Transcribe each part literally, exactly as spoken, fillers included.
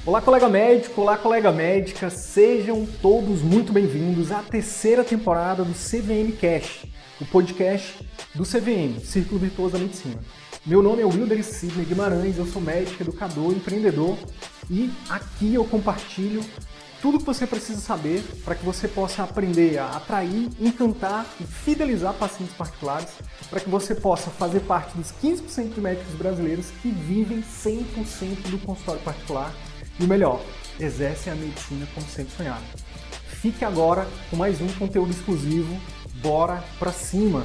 Olá, colega médico, olá, colega médica, sejam todos muito bem-vindos à terceira temporada do C V M Cast, o podcast do C V M, Círculo Virtuoso da Medicina. Meu nome é Wilder Sidney Guimarães, eu sou médico, educador, empreendedor e aqui eu compartilho tudo que você precisa saber para que você possa aprender a atrair, encantar e fidelizar pacientes particulares, para que você possa fazer parte dos quinze por cento de médicos brasileiros que vivem cem por cento do consultório particular e, o melhor, exercem a medicina como sempre sonhado. Fique agora com mais um conteúdo exclusivo. Bora pra cima!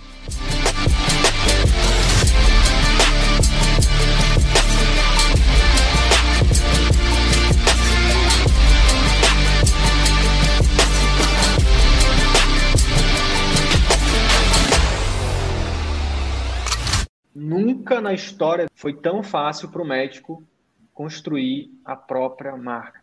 Nunca na história foi tão fácil para o médico construir a própria marca.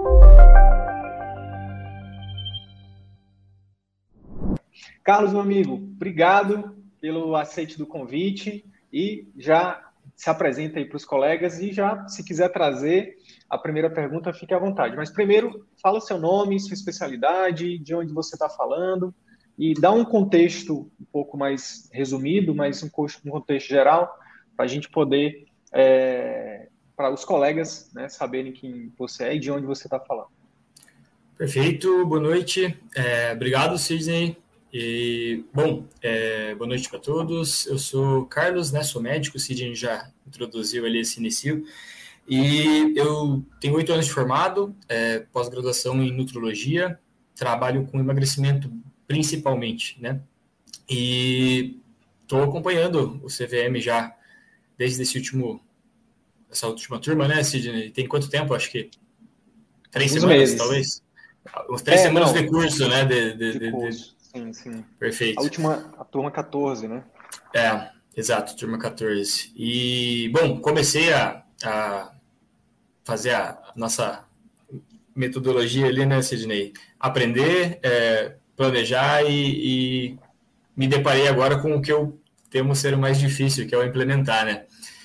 Carlos, meu amigo, obrigado pelo aceite do convite e já se apresenta aí para os colegas e já, se quiser trazer a primeira pergunta, fique à vontade. Mas primeiro, fala o seu nome, sua especialidade, de onde você está falando e dá um contexto um pouco mais resumido, mas um contexto geral para a gente poder... É... para os colegas, né, saberem quem você é e de onde você está falando. Perfeito, boa noite. É, obrigado, Sidney. E, bom, é, boa noite para todos. Eu sou Carlos, né, sou médico, o Sidney já introduziu ali esse início. E eu tenho oito anos de formado, é, pós-graduação em nutrologia, trabalho com emagrecimento principalmente, né? E estou acompanhando o C V M já desde esse último... essa última turma, né, Sidney? Tem quanto tempo? Acho que três Uns semanas, meses. talvez? Uns três é, semanas não, de curso, né? De, de, de de, curso, de... sim, sim. Perfeito. A última, a turma catorze, né? É, exato, turma catorze. E, bom, comecei a, a fazer a nossa metodologia ali, né, Sidney? Aprender, é, planejar e, e me deparei agora com o que eu temo ser o mais difícil, que é o implementar, né?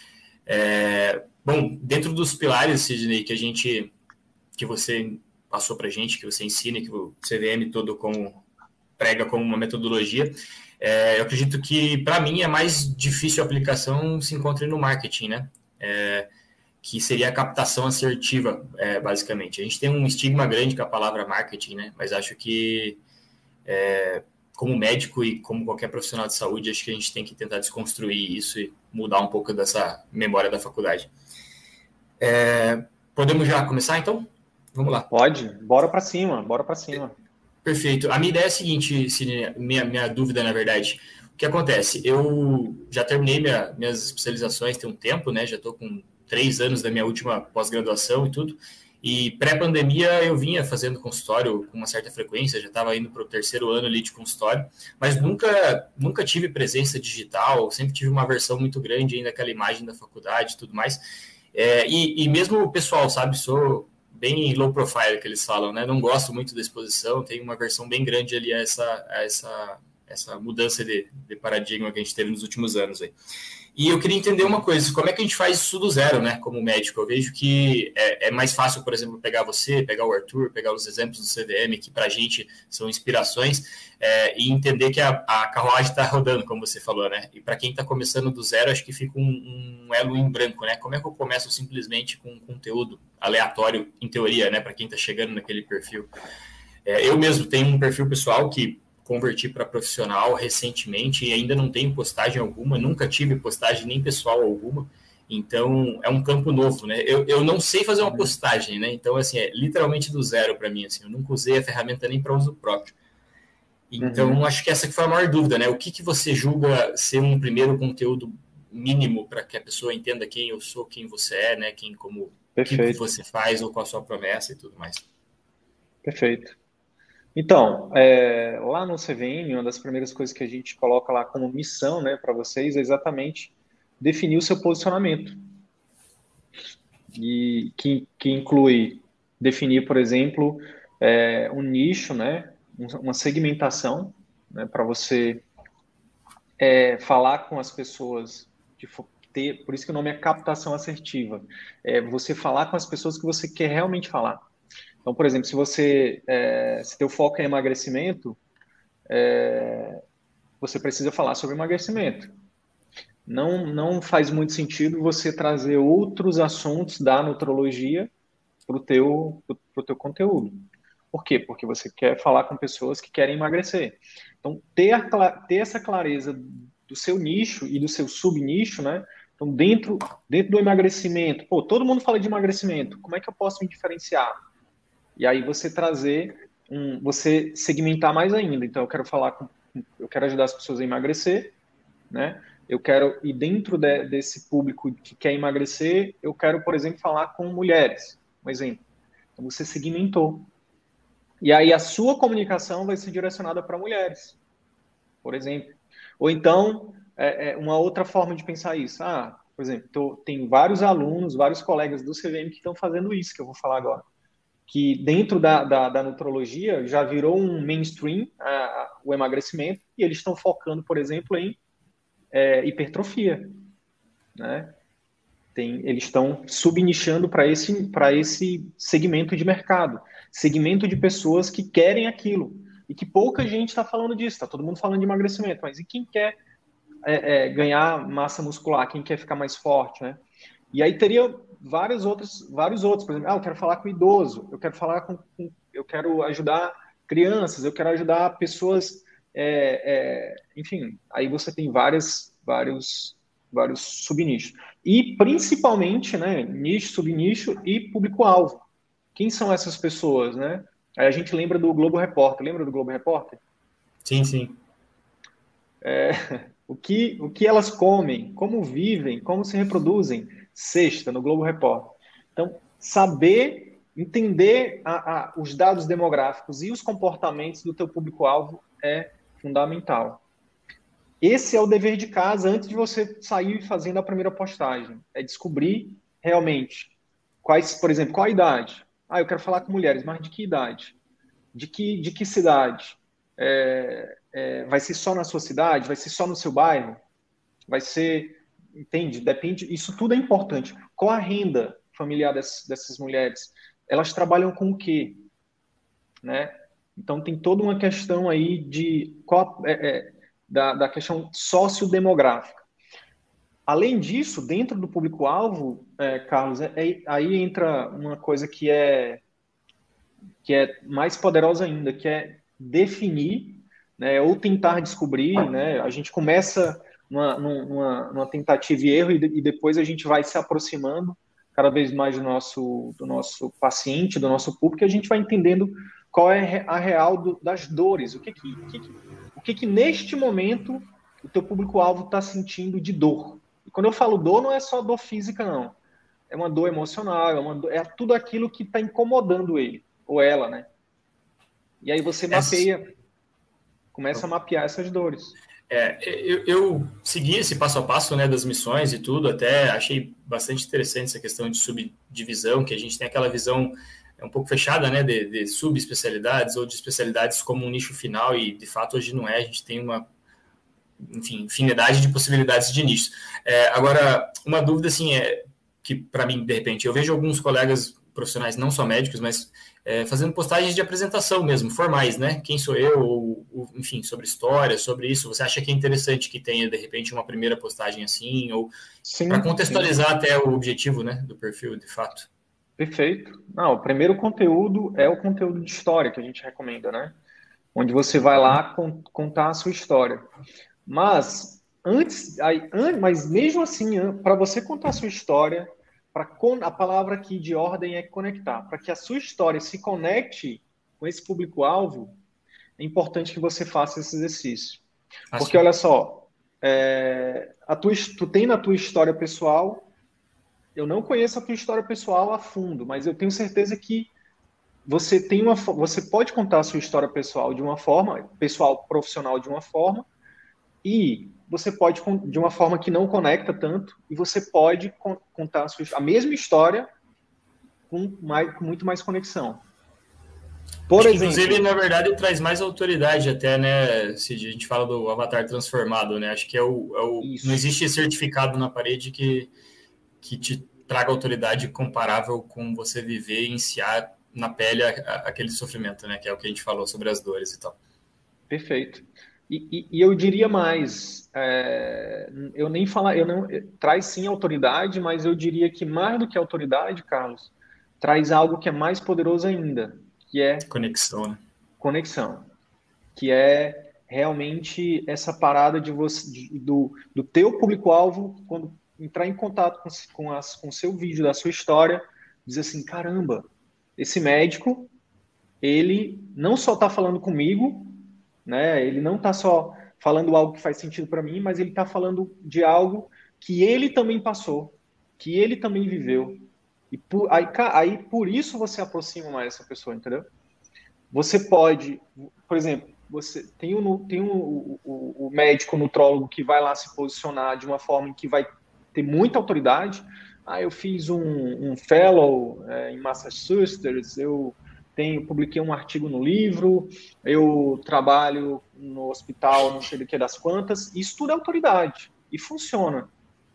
É, bom, dentro dos pilares, Sidney, que a gente, que você passou para a gente, que você ensina, que o C V M todo como, prega como uma metodologia, é, eu acredito que, para mim, a mais difícil aplicação se encontra no marketing, né? É, que seria a captação assertiva, é, basicamente. A gente tem um estigma grande com a palavra marketing, né? Mas acho que, é, como médico e como qualquer profissional de saúde, acho que a gente tem que tentar desconstruir isso e mudar um pouco dessa memória da faculdade. É, podemos já começar, então? Vamos lá. Pode, bora para cima, bora para cima. Perfeito. A minha ideia é a seguinte, Sidney, minha, minha dúvida, na verdade. O que acontece? Eu já terminei minha, minhas especializações tem um tempo, né? Já estou com três anos da minha última pós-graduação e tudo. E pré-pandemia eu vinha fazendo consultório com uma certa frequência, já estava indo para o terceiro ano ali de consultório, mas nunca, nunca tive presença digital, sempre tive uma versão muito grande ainda daquela imagem da faculdade e tudo mais. É, e, e mesmo o pessoal, sabe, sou bem low profile que eles falam, né? Não gosto muito da exposição, tem uma versão bem grande ali a essa, a essa, essa mudança de, de paradigma que a gente teve nos últimos anos aí. E eu queria entender uma coisa, como é que a gente faz isso do zero, né, como médico? Eu vejo que é, é mais fácil, por exemplo, pegar você, pegar o Arthur, pegar os exemplos do C V M, que pra gente são inspirações, é, e entender que a, a carruagem está rodando, como você falou, né? E para quem está começando do zero, acho que fica um, um elo em branco, né? Como é que eu começo simplesmente com conteúdo aleatório, em teoria, né, para quem está chegando naquele perfil? É, eu mesmo tenho um perfil pessoal que converti para profissional recentemente e ainda não tenho postagem alguma, nunca tive postagem nem pessoal alguma, então é um campo novo, né? Eu, eu não sei fazer uma postagem, né? Então, assim, é literalmente do zero para mim, assim, eu nunca usei a ferramenta nem para uso próprio. Então, uhum. acho que essa que foi a maior dúvida, né? O que, que você julga ser um primeiro conteúdo mínimo para que a pessoa entenda quem eu sou, quem você é, né? Quem, como, o que você faz ou qual a sua promessa e tudo mais. Perfeito. Então, é, lá no C V M, uma das primeiras coisas que a gente coloca lá como missão, né, para vocês é exatamente definir o seu posicionamento. E que, que inclui definir, por exemplo, é, um nicho, né, uma segmentação, né, para você é, falar com as pessoas que, for, ter, por isso que o nome é captação assertiva. É você falar com as pessoas que você quer realmente falar. Então, por exemplo, se você, é, se teu foco é emagrecimento, é, você precisa falar sobre emagrecimento. Não, não faz muito sentido você trazer outros assuntos da nutrologia para o teu, pro, pro teu conteúdo. Por quê? Porque você quer falar com pessoas que querem emagrecer. Então, ter, a, ter essa clareza do seu nicho e do seu subnicho, né? Então, dentro, dentro do emagrecimento, pô, todo mundo fala de emagrecimento, como é que eu posso me diferenciar? E aí você trazer, um, você segmentar mais ainda. Então, eu quero falar com, eu quero ajudar as pessoas a emagrecer, né? Eu quero, e dentro de, desse público que quer emagrecer, eu quero, por exemplo, falar com mulheres, um exemplo. Então, você segmentou. E aí a sua comunicação vai ser direcionada para mulheres, por exemplo. Ou então, é, é uma outra forma de pensar isso. Ah, por exemplo, tô, tem vários alunos, vários colegas do C V M que estão fazendo isso, que eu vou falar agora. Que dentro da, da, da nutrologia já virou um mainstream a, a, o emagrecimento, e eles estão focando, por exemplo, em é, hipertrofia, né? Tem, eles estão subnichando para esse, para esse segmento de mercado, segmento de pessoas que querem aquilo, e que pouca gente está falando disso, está todo mundo falando de emagrecimento, mas e quem quer é, é, ganhar massa muscular, quem quer ficar mais forte, né? E aí teria vários outros, vários outros, por exemplo, ah, eu quero falar com idoso, eu quero falar com, com eu quero ajudar crianças, eu quero ajudar pessoas, é, é, enfim, aí você tem várias, vários, vários subnichos. E principalmente, né, nicho, subnicho e público-alvo. Quem são essas pessoas, né? Aí a gente lembra do Globo Repórter, lembra do Globo Repórter? Sim, sim. É, o, que, o que elas comem, como vivem, como se reproduzem, sexta, no Globo Repórter. Então, saber, entender a, a, os dados demográficos e os comportamentos do teu público-alvo é fundamental. Esse é o dever de casa antes de você sair fazendo a primeira postagem. É descobrir realmente quais, por exemplo, qual a idade. Ah, eu quero falar com mulheres, mas de que idade? De que, de que cidade? É, é, vai ser só na sua cidade? Vai ser só no seu bairro? Vai ser, entende? Depende, isso tudo é importante. Qual a renda familiar dessas, dessas mulheres? Elas trabalham com o quê? Né? Então tem toda uma questão aí de qual, é, é, da, da questão sociodemográfica. Além disso, dentro do público-alvo, é, Carlos, é, é, aí entra uma coisa que é, que é mais poderosa ainda, que é definir, né, ou tentar descobrir, né, a gente começa numa, numa, numa tentativa e erro, e, de, e depois a gente vai se aproximando cada vez mais do nosso, do nosso paciente, do nosso público, e a gente vai entendendo qual é a real do, das dores, o que que, o que, que, o que, que neste momento o teu público-alvo está sentindo de dor. E quando eu falo dor, não é só dor física, não. É uma dor emocional, é, uma dor, é tudo aquilo que está incomodando ele, ou ela, né? E aí você mapeia, começa a mapear essas dores. É, eu, eu segui esse passo a passo, né, das missões e tudo, até achei bastante interessante essa questão de subdivisão, que a gente tem aquela visão um pouco fechada, né, de, de subespecialidades ou de especialidades como um nicho final, e de fato hoje não é, a gente tem uma, enfim, infinidade de possibilidades de nichos. É, agora, uma dúvida, assim, é que para mim, de repente, eu vejo alguns colegas profissionais, não só médicos, mas é, fazendo postagens de apresentação mesmo, formais, né? Quem sou eu, ou, ou, enfim, sobre história, sobre isso. Você acha que é interessante que tenha, de repente, uma primeira postagem assim, ou para contextualizar sim. até o objetivo, né, do perfil, de fato? Perfeito. Não, o primeiro conteúdo é o conteúdo de história que a gente recomenda, né? Onde você vai lá con- contar a sua história. Mas antes, aí, an, mas mesmo assim, para você contar a sua história, para a palavra aqui de ordem é conectar. Para que a sua história se conecte com esse público-alvo, é importante que você faça esse exercício. Assim. Porque olha só, é, a tua, tu tem na tua história pessoal, eu não conheço a tua história pessoal a fundo, mas eu tenho certeza que você tem uma, você pode contar a sua história pessoal de uma forma, pessoal profissional de uma forma, e você pode, de uma forma que não conecta tanto, e você pode contar a, sua, a mesma história com, mais, com muito mais conexão. Por Acho que, exemplo, inclusive, na verdade, traz mais autoridade até, né? Se a gente fala do avatar transformado, né? Acho que é o, é o não isso. existe certificado na parede que, que te traga autoridade comparável com você viver e iniciar na pele a, a, aquele sofrimento, né? Que é o que a gente falou sobre as dores e tal. Perfeito. E, e, e eu diria mais, é, eu nem falar, eu não traz sim autoridade, mas eu diria que mais do que autoridade, Carlos, traz algo que é mais poderoso ainda, que é Conexão, né? conexão, que é realmente essa parada de você, de, do, do teu público-alvo, quando entrar em contato com, com, as, com o seu vídeo, da sua história, dizer assim, caramba, esse médico, ele não só está falando comigo, né? Ele não está só falando algo que faz sentido para mim, mas ele está falando de algo que ele também passou, que ele também viveu. E por, aí, aí por isso você aproxima mais essa pessoa, entendeu? Você pode, por exemplo, você tem, um, tem um, o, o, o médico nutrólogo que vai lá se posicionar de uma forma que vai ter muita autoridade. Ah, eu fiz um, um fellow é, em Massachusetts, eu tenho, publiquei um artigo no livro, eu trabalho no hospital, não sei do que das quantas. Isso tudo é autoridade e funciona.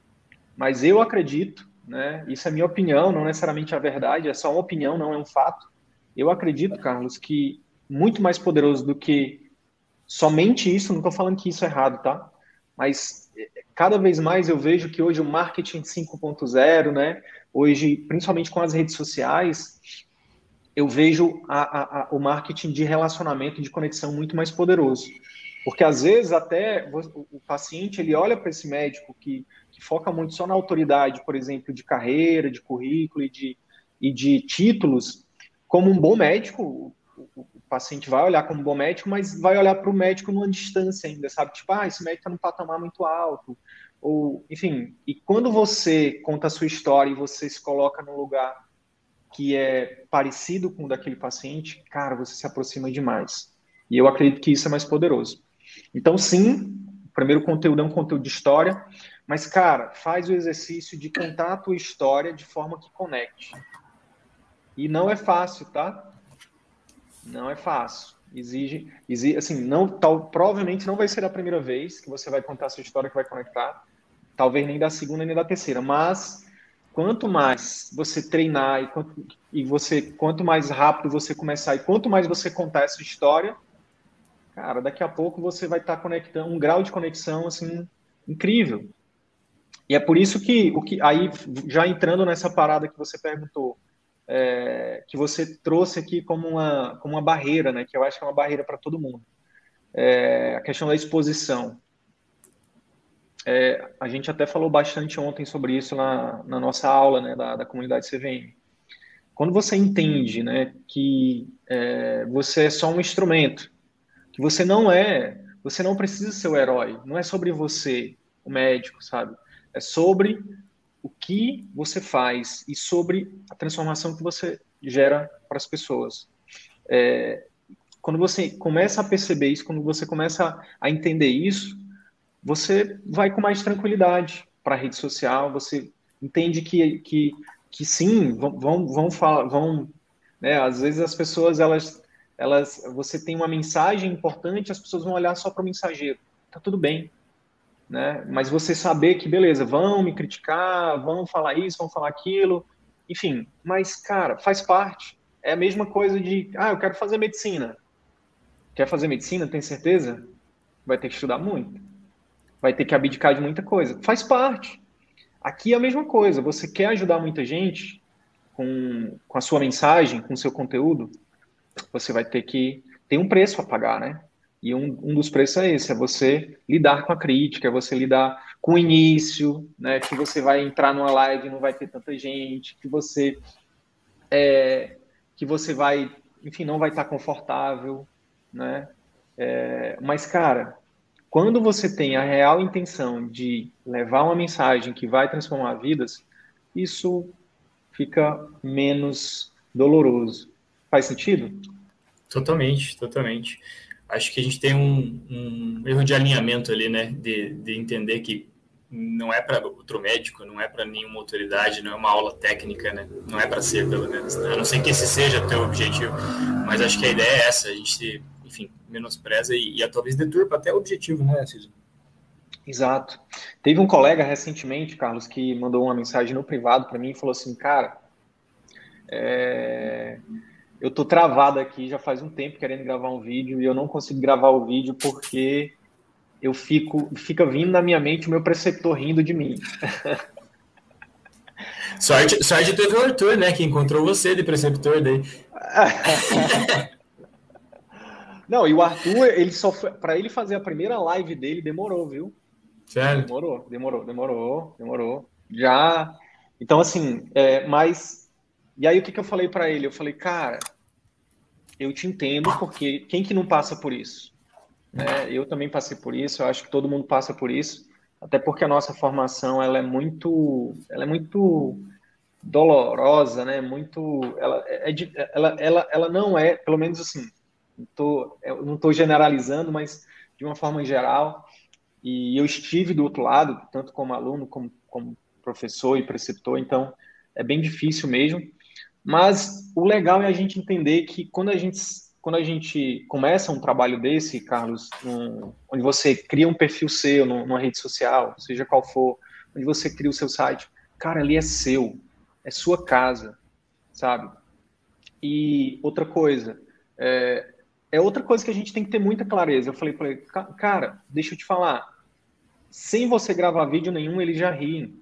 Mas eu acredito, né? Isso é minha opinião, não necessariamente a verdade, é só uma opinião, não é um fato. Eu acredito, Carlos, que muito mais poderoso do que somente isso, não estou falando que isso é errado, tá? Mas cada vez mais eu vejo que hoje o marketing cinco ponto zero, né? Hoje, principalmente com as redes sociais, eu vejo a, a, a, o marketing de relacionamento, de conexão muito mais poderoso. Porque às vezes até o paciente ele olha para esse médico que, que foca muito só na autoridade, por exemplo, de carreira, de currículo e de, e de títulos, como um bom médico. O paciente vai olhar como um bom médico, mas vai olhar para o médico numa distância ainda, sabe? Tipo, ah, esse médico está num patamar muito alto. Ou, enfim, e quando você conta a sua história e você se coloca num lugar que é parecido com o daquele paciente, cara, você se aproxima demais. E eu acredito que isso é mais poderoso. Então, sim, o primeiro conteúdo é um conteúdo de história, mas, cara, faz o exercício de contar a tua história de forma que conecte. E não é fácil, tá? Não é fácil. Exige, exige assim, não, tal, provavelmente não vai ser a primeira vez que você vai contar a sua história que vai conectar, talvez nem da segunda nem da terceira, mas quanto mais você treinar e, quanto, e você, quanto mais rápido você começar e quanto mais você contar essa história, cara, daqui a pouco você vai estar conectando um grau de conexão assim incrível. E é por isso que o que aí já entrando nessa parada que você perguntou, é, que você trouxe aqui como uma, como uma barreira, né? Que eu acho que é uma barreira para todo mundo. É, a questão da exposição. É, a gente até falou bastante ontem sobre isso na, na nossa aula, né, da, da comunidade C V M. Quando você entende, né, que é, você é só um instrumento, que você não é, você não precisa ser o herói, não é sobre você, o médico, sabe? É sobre o que você faz e sobre a transformação que você gera para as pessoas. É, quando você começa a perceber isso, quando você começa a entender isso, você vai com mais tranquilidade para a rede social, você entende que, que, que sim, vão, vão, vão falar, vão, né, às vezes as pessoas, elas, elas, você tem uma mensagem importante, as pessoas vão olhar só para o mensageiro, tá tudo bem, né? Mas você saber que, beleza, vão me criticar, vão falar isso, vão falar aquilo, enfim, mas, cara, faz parte. É a mesma coisa de, ah, eu quero fazer medicina. Quer fazer medicina, tem certeza? Vai ter que estudar muito. Vai ter que abdicar de muita coisa. Faz parte. Aqui é a mesma coisa. Você quer ajudar muita gente com, com a sua mensagem, com o seu conteúdo, você vai ter que ter um preço a pagar, né? E um, um dos preços é esse, é você lidar com a crítica, é você lidar com o início, né? Que você vai entrar numa live e não vai ter tanta gente, que você é, que você vai, enfim, não vai estar confortável, né? É, mas, cara, quando você tem a real intenção de levar uma mensagem que vai transformar vidas, isso fica menos doloroso. Faz sentido? Totalmente, totalmente. Acho que a gente tem um, um erro de alinhamento ali, né? De, de entender que não é para outro médico, não é para nenhuma autoridade, não é uma aula técnica, né? Não é para ser, pelo menos. Né? A não ser que esse seja o teu objetivo. Mas acho que a ideia é essa, a gente, enfim, menospreza e, e talvez deturpa até o objetivo, né, Císio? Exato. Teve um colega recentemente, Carlos, que mandou uma mensagem no privado para mim e falou assim, cara, é... eu tô travado aqui já faz um tempo querendo gravar um vídeo e eu não consigo gravar o vídeo porque eu fico, fica vindo na minha mente o meu preceptor rindo de mim. Sorte, sorte teve o Arthur, né, que encontrou você de preceptor daí. Não, e o Arthur, ele só para ele fazer a primeira live dele demorou, viu? Sério? Demorou, demorou, demorou, demorou. Já. Então, assim, é, mas. E aí, o que, que eu falei para ele? Eu falei, cara, eu te entendo, porque quem que não passa por isso? Né? Eu também passei por isso, eu acho que todo mundo passa por isso, até porque a nossa formação ela é muito, ela é muito dolorosa, né? Muito, ela, é, ela, ela, ela não é, pelo menos assim, não tô, eu não estou generalizando, mas de uma forma geral. E eu estive do outro lado, tanto como aluno, como, como professor e preceptor, então é bem difícil mesmo. Mas o legal é a gente entender que quando a gente, quando a gente começa um trabalho desse, Carlos, um, onde você cria um perfil seu numa rede social, seja qual for, onde você cria o seu site, cara, ali é seu, é sua casa, sabe? E outra coisa, é, é outra coisa que a gente tem que ter muita clareza. Eu falei para ele, cara, deixa eu te falar, sem você gravar vídeo nenhum, eles já riem.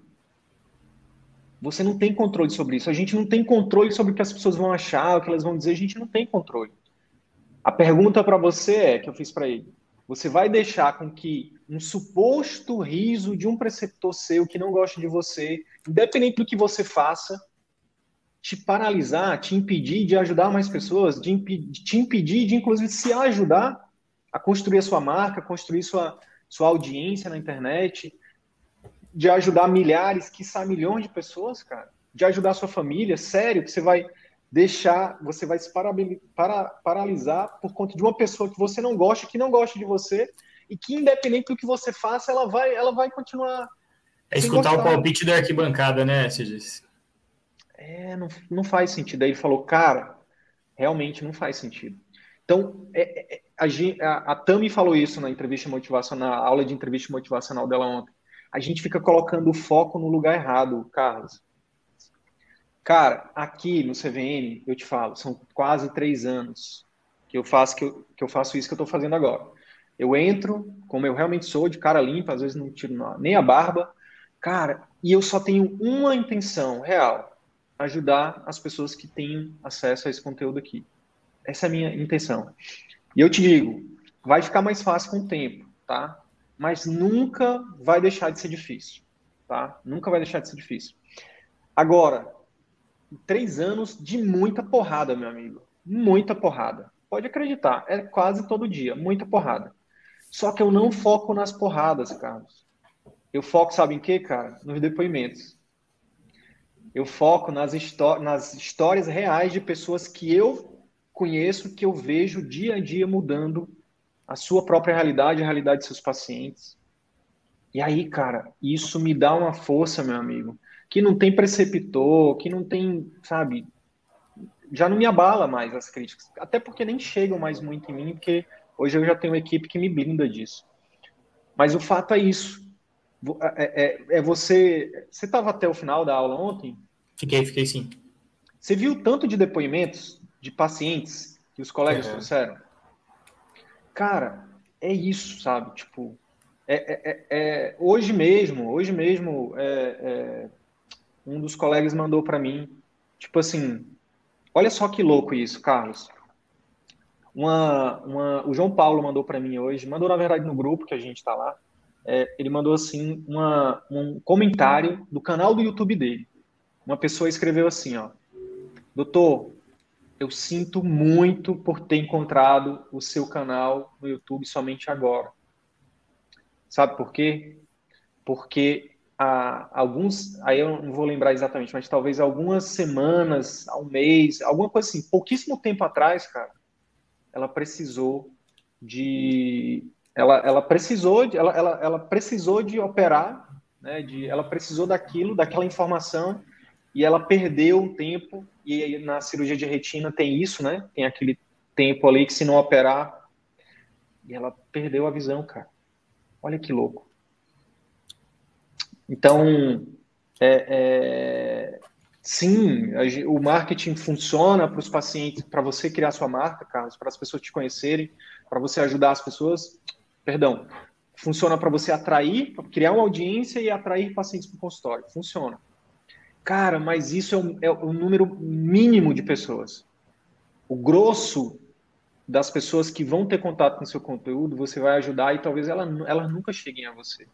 Você não tem controle sobre isso. A gente não tem controle sobre o que as pessoas vão achar, o que elas vão dizer. A gente não tem controle. A pergunta para você é, que eu fiz para ele, você vai deixar com que um suposto riso de um preceptor seu que não gosta de você, independente do que você faça, te paralisar, te impedir de ajudar mais pessoas, de impedir, te impedir de, inclusive, se ajudar a construir a sua marca, construir sua, sua audiência na internet, de ajudar milhares, quiçá milhões de pessoas, cara, de ajudar a sua família, sério, que você vai deixar, você vai se para, para, paralisar por conta de uma pessoa que você não gosta, que não gosta de você, e que, independente do que você faça, ela vai, ela vai continuar. É escutar o palpite da arquibancada, né, Cidis? É, não, não faz sentido. Aí ele falou, cara, realmente não faz sentido. Então, é, é, a, a, a Tami falou isso na entrevista motivacional, na aula de entrevista motivacional dela ontem. A gente fica colocando o foco no lugar errado, Carlos. Cara, aqui no C V M, eu te falo, são quase três anos que eu faço, que eu, que eu faço isso que eu estou fazendo agora. Eu entro, como eu realmente sou, de cara limpa, às vezes não tiro nem a barba, cara, e eu só tenho uma intenção real, ajudar as pessoas que têm acesso a esse conteúdo aqui. Essa é a minha intenção. E eu te digo, vai ficar mais fácil com o tempo, tá? Mas nunca vai deixar de ser difícil, tá? Nunca vai deixar de ser difícil. Agora, três anos de muita porrada, meu amigo. Muita porrada. Pode acreditar, é quase todo dia, muita porrada. Só que eu não foco nas porradas, Carlos. Eu foco, sabe em quê, cara? Nos depoimentos. Eu foco nas, nas histórias reais de pessoas que eu conheço, que eu vejo dia a dia mudando a sua própria realidade, a realidade de seus pacientes. E aí, cara, isso me dá uma força, meu amigo, que não tem preceptor, que não tem, sabe, já não me abala mais as críticas, até porque nem chegam mais muito em mim, porque hoje eu já tenho uma equipe que me blinda disso. Mas o fato é isso. É, é, é você... Você estava até o final da aula ontem? Fiquei, fiquei sim. Você viu tanto de depoimentos de pacientes que os colegas uhum. trouxeram? Cara, é isso, sabe? Tipo, é, é, é, hoje mesmo, hoje mesmo, é, é, um dos colegas mandou para mim, tipo assim, olha só que louco isso, Carlos. Uma, uma, o João Paulo mandou para mim hoje, mandou na verdade no grupo que a gente está lá, é, ele mandou assim uma, um comentário do canal do YouTube dele. Uma pessoa escreveu assim, ó, doutor, eu sinto muito por ter encontrado o seu canal no YouTube somente agora. Sabe por quê? Porque há alguns, aí eu não vou lembrar exatamente, mas talvez algumas semanas, um mês, alguma coisa assim, pouquíssimo tempo atrás, cara, ela precisou de, ela, ela precisou de, ela, ela, ela precisou de operar, né? De, ela precisou daquilo, daquela informação, e ela perdeu um tempo, e aí na cirurgia de retina tem isso, né? Tem aquele tempo ali que se não operar, e ela perdeu a visão, cara. Olha que louco. Então, é, é, sim, a, o marketing funciona para os pacientes, para você criar sua marca, Carlos, para as pessoas te conhecerem, para você ajudar as pessoas, perdão, funciona para você atrair, criar uma audiência e atrair pacientes para o consultório, funciona. Cara, mas isso é um, é um número mínimo de pessoas. O grosso das pessoas que vão ter contato com seu conteúdo, você vai ajudar e talvez elas ela nunca cheguem a você.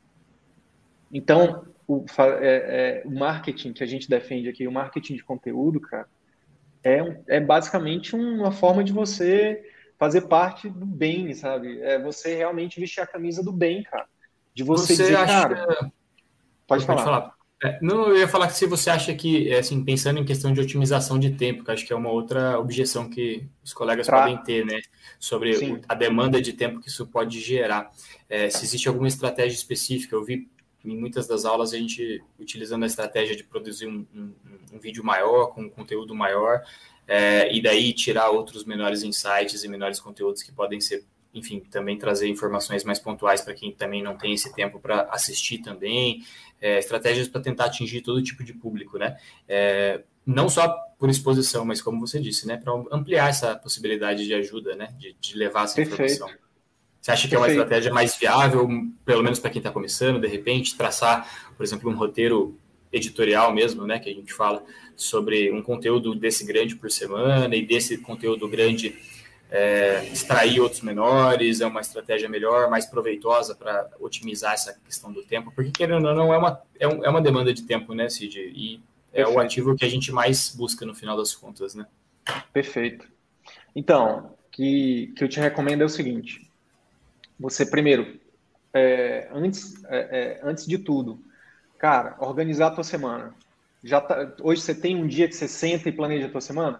Então, o, é, é, o marketing que a gente defende aqui, o marketing de conteúdo, cara, é, um, é basicamente uma forma de você fazer parte do bem, sabe? É você realmente vestir a camisa do bem, cara. De você, você dizer, acha... cara... Pode, pode falar. falar. É, não, eu ia falar que se você acha que, assim, pensando em questão de otimização de tempo, que acho que é uma outra objeção que os colegas pra... podem ter, né? Sobre o, a demanda de tempo que isso pode gerar. É, se existe alguma estratégia específica, eu vi em muitas das aulas a gente utilizando a estratégia de produzir um, um, um vídeo maior, com um conteúdo maior, é, e daí tirar outros menores insights e menores conteúdos que podem ser, enfim, também trazer informações mais pontuais para quem também não tem esse tempo para assistir também, é, estratégias para tentar atingir todo tipo de público, né? É, não só por exposição, mas como você disse, né? Para ampliar essa possibilidade de ajuda, né? De, de levar essa Perfeito. informação. Você acha que é uma Perfeito. estratégia mais viável, pelo menos para quem está começando, de repente, traçar, por exemplo, um roteiro editorial mesmo, né, que a gente fala sobre um conteúdo desse grande por semana e desse conteúdo grande é, extrair outros menores, é uma estratégia melhor, mais proveitosa para otimizar essa questão do tempo, porque querendo ou não, é uma, é, um, é uma demanda de tempo, né, Cid? E é Perfeito. O ativo que a gente mais busca no final das contas, né? Perfeito. Então, o que, que eu te recomendo é o seguinte: você primeiro, é, antes, é, é, antes de tudo, cara, organizar a tua semana. Já tá, hoje você tem um dia que você senta e planeja a tua semana?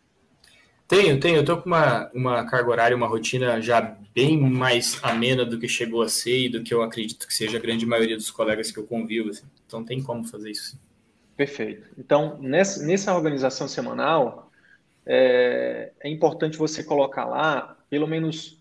Tenho, tenho. Eu tô com uma, uma carga horária, uma rotina já bem mais amena do que chegou a ser e do que eu acredito que seja a grande maioria dos colegas que eu convivo. Assim. Então tem como fazer isso. Perfeito. Então, nessa, nessa organização semanal, é, é importante você colocar lá, pelo menos,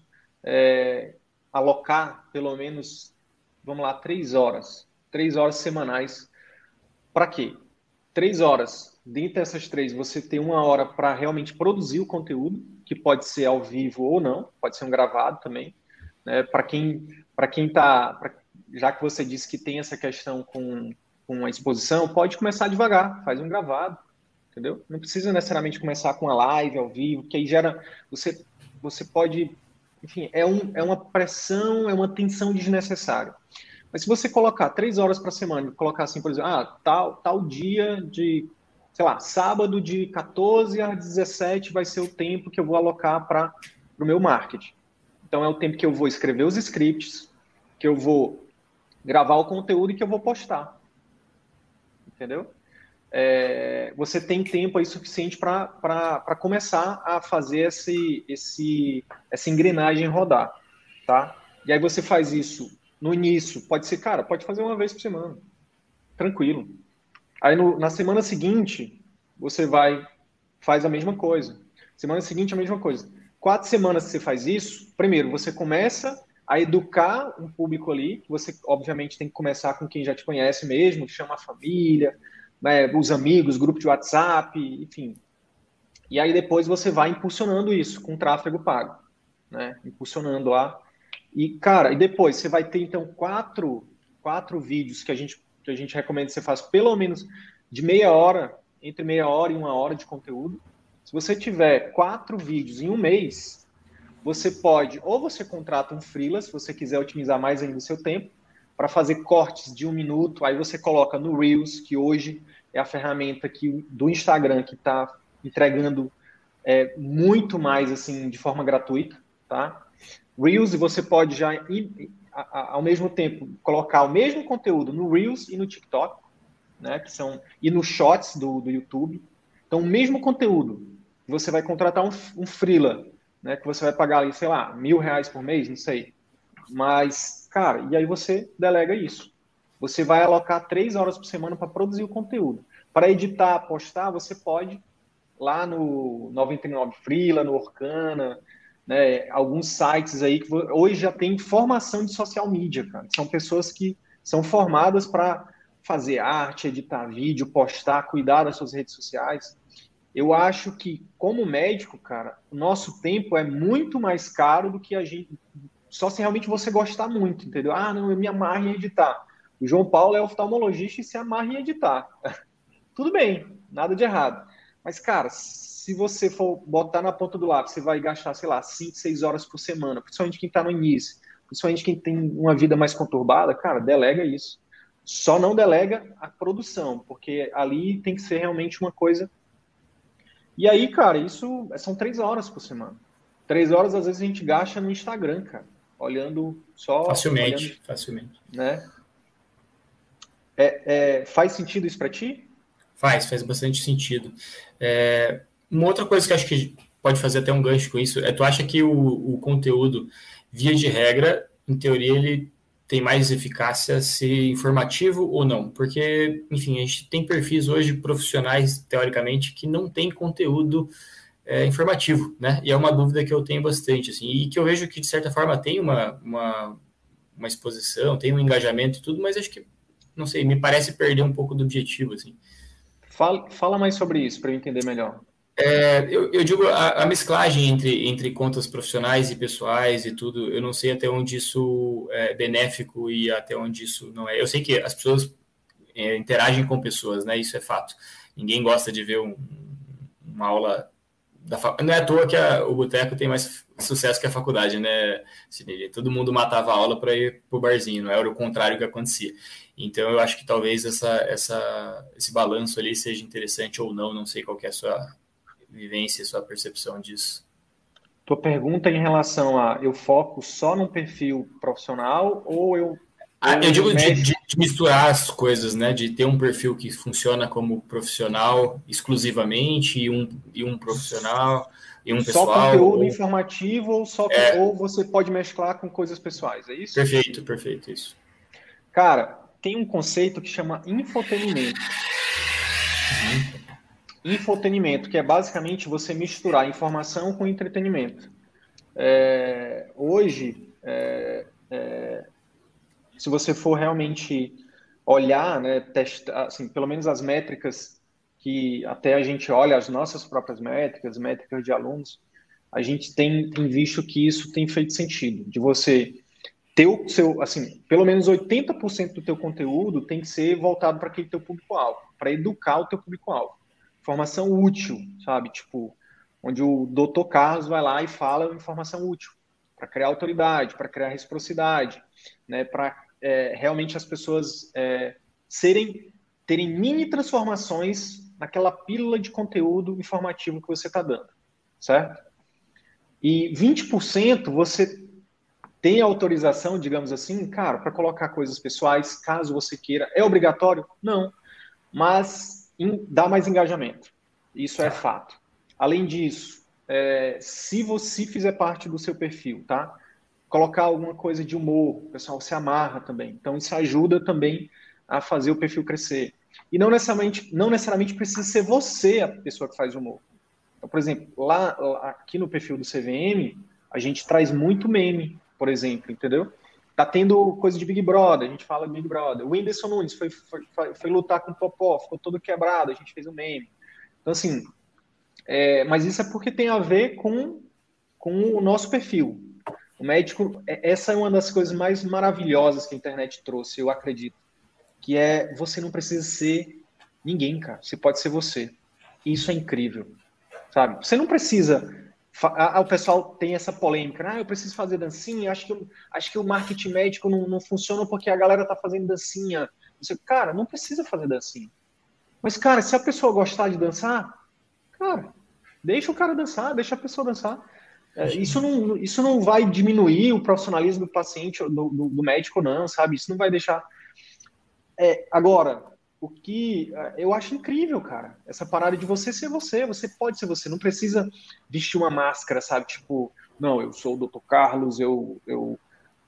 é, alocar, pelo menos, vamos lá, três horas. Três horas semanais. Para quê? Três horas. Dentre essas três, você tem uma hora para realmente produzir o conteúdo, que pode ser ao vivo ou não, pode ser um gravado também. Né? Para quem para quem está, já que você disse que tem essa questão com, com a exposição, pode começar devagar, faz um gravado, entendeu? Não precisa necessariamente começar com a live ao vivo, que aí gera, você, você pode, enfim, é, um, é uma pressão, é uma tensão desnecessária. Mas se você colocar três horas para semana, colocar assim, por exemplo, ah, tal, tal dia de, sei lá, sábado de quatorze às dezessete vai ser o tempo que eu vou alocar para o meu marketing. Então é o tempo que eu vou escrever os scripts, que eu vou gravar o conteúdo e que eu vou postar. Entendeu? É, você tem tempo aí suficiente para começar a fazer esse, esse, essa engrenagem rodar, tá? E aí você faz isso no início, pode ser, cara, pode fazer uma vez por semana, tranquilo. Aí no, na semana seguinte, você vai, faz a mesma coisa. Semana seguinte, a mesma coisa. Quatro semanas que você faz isso, primeiro, você começa a educar um público ali, que você, obviamente, tem que começar com quem já te conhece mesmo, chama a família, né, os amigos, grupo de WhatsApp, enfim. E aí depois você vai impulsionando isso com tráfego pago, né? Impulsionando lá. E, cara, e depois você vai ter, então, quatro, quatro vídeos que a, gente, que a gente recomenda que você faça pelo menos de meia hora, entre meia hora e uma hora de conteúdo. Se você tiver quatro vídeos em um mês, você pode, ou você contrata um freela, se você quiser otimizar mais ainda o seu tempo, para fazer cortes de um minuto, aí você coloca no Reels, que hoje é a ferramenta que, do Instagram que está entregando é, muito mais, assim, de forma gratuita, tá? Reels, e você pode já, ir, ao mesmo tempo, colocar o mesmo conteúdo no Reels e no TikTok, né, que são, e no Shorts do, do YouTube. Então, o mesmo conteúdo, você vai contratar um, um freela, né, que você vai pagar ali, sei lá, mil reais por mês, não sei. Mas, cara, e aí você delega isso, você vai alocar três horas por semana para produzir o conteúdo. Para editar, postar, você pode lá no noventa e nove Freela, no Orkana, né, alguns sites aí que hoje já tem formação de social media, cara. São pessoas que são formadas para fazer arte, editar vídeo, postar, cuidar das suas redes sociais. Eu acho que, como médico, cara, o nosso tempo é muito mais caro do que a gente... Só se realmente você gostar muito, entendeu? Ah, não, eu me amarro em editar. O João Paulo é oftalmologista e se amarra em editar. Tudo bem, nada de errado. Mas, cara, se você for botar na ponta do lápis, você vai gastar, sei lá, cinco, seis horas por semana, principalmente quem está no início, principalmente quem tem uma vida mais conturbada, cara, delega isso. Só não delega a produção, porque ali tem que ser realmente uma coisa... E aí, cara, isso são três horas por semana. Três horas, às vezes, a gente gasta no Instagram, cara, olhando só... Facilmente, olhando, facilmente. Né? É, é, faz sentido isso para ti? Faz, faz bastante sentido. É, uma outra coisa que acho que pode fazer até um gancho com isso é, tu acha que o, o conteúdo, via de regra, em teoria, ele tem mais eficácia ser informativo ou não? Porque, enfim, a gente tem perfis hoje profissionais, teoricamente, que não tem conteúdo é, informativo, né? E é uma dúvida que eu tenho bastante, assim, e que eu vejo que, de certa forma, tem uma, uma, uma exposição, tem um engajamento e tudo, mas acho que, não sei, me parece perder um pouco do objetivo, assim. Fala, fala mais sobre isso, para eu entender melhor. É, eu, eu digo a, a mesclagem entre, entre contas profissionais e pessoais e tudo, eu não sei até onde isso é benéfico e até onde isso não é. Eu sei que as pessoas é, interagem com pessoas, né? Isso é fato. Ninguém gosta de ver um, uma aula da faculdade. Não é à toa que a, o boteco tem mais sucesso que a faculdade, né? Todo mundo matava a aula para ir para o barzinho, não era o contrário que acontecia. Então, eu acho que talvez essa, essa, esse balanço ali seja interessante ou não, não sei qual que é a sua vivência, sua percepção disso. Tua pergunta em relação a eu foco só num perfil profissional ou eu... Ah, eu digo de, mexo... de, de misturar as coisas, né? De ter um perfil que funciona como profissional exclusivamente e um, e um profissional e um pessoal. Só conteúdo ou... informativo ou, só, é... ou você pode mesclar com coisas pessoais, é isso? Perfeito, perfeito, isso. Cara, tem um conceito que chama infotenimento. Uhum. Infotenimento, que é basicamente você misturar informação com entretenimento. É, hoje, é, é, se você for realmente olhar, né, testar, assim, pelo menos as métricas que até a gente olha, as nossas próprias métricas, métricas de alunos, a gente tem, tem visto que isso tem feito sentido, de você ter o seu, assim, pelo menos oitenta por cento do teu conteúdo tem que ser voltado para aquele teu público-alvo, para educar o teu público-alvo. Informação útil, sabe? Tipo, onde o doutor Carlos vai lá e fala informação útil, para criar autoridade, para criar reciprocidade, né? Para é, realmente as pessoas é, serem, terem mini transformações naquela pílula de conteúdo informativo que você está dando, certo? E vinte por cento você tem autorização, digamos assim, cara, para colocar coisas pessoais, caso você queira. É obrigatório? Não. Mas dá mais engajamento. Isso é fato. Além disso, é, se você fizer parte do seu perfil, tá? Colocar alguma coisa de humor, o pessoal se amarra também. Então, isso ajuda também a fazer o perfil crescer. E não necessariamente, não necessariamente precisa ser você a pessoa que faz humor. Então, por exemplo, lá aqui no perfil do C V M, a gente traz muito meme, por exemplo, entendeu? Tá tendo coisa de Big Brother, a gente fala de Big Brother. O Whindersson Nunes foi, foi, foi, foi lutar com o Popó, ficou todo quebrado, a gente fez um meme. Então, assim, é, mas isso é porque tem a ver com, com o nosso perfil. O médico, essa é uma das coisas mais maravilhosas que a internet trouxe, eu acredito, que é você não precisa ser ninguém, cara. Você pode ser você. Isso é incrível, sabe? Você não precisa... O pessoal tem essa polêmica, ah, eu preciso fazer dancinha, acho que, eu, acho que o marketing médico não, não funciona porque a galera tá fazendo dancinha. Você, cara, não precisa fazer dancinha. Mas, cara, se a pessoa gostar de dançar, cara, deixa o cara dançar, deixa a pessoa dançar. É, isso, não, isso não vai diminuir o profissionalismo do paciente, do, do, do médico, não, sabe? Isso não vai deixar... É, agora... O que eu acho incrível, cara, essa parada de você ser você, você pode ser você, não precisa vestir uma máscara, sabe? Tipo, não, eu sou o doutor Carlos, eu, eu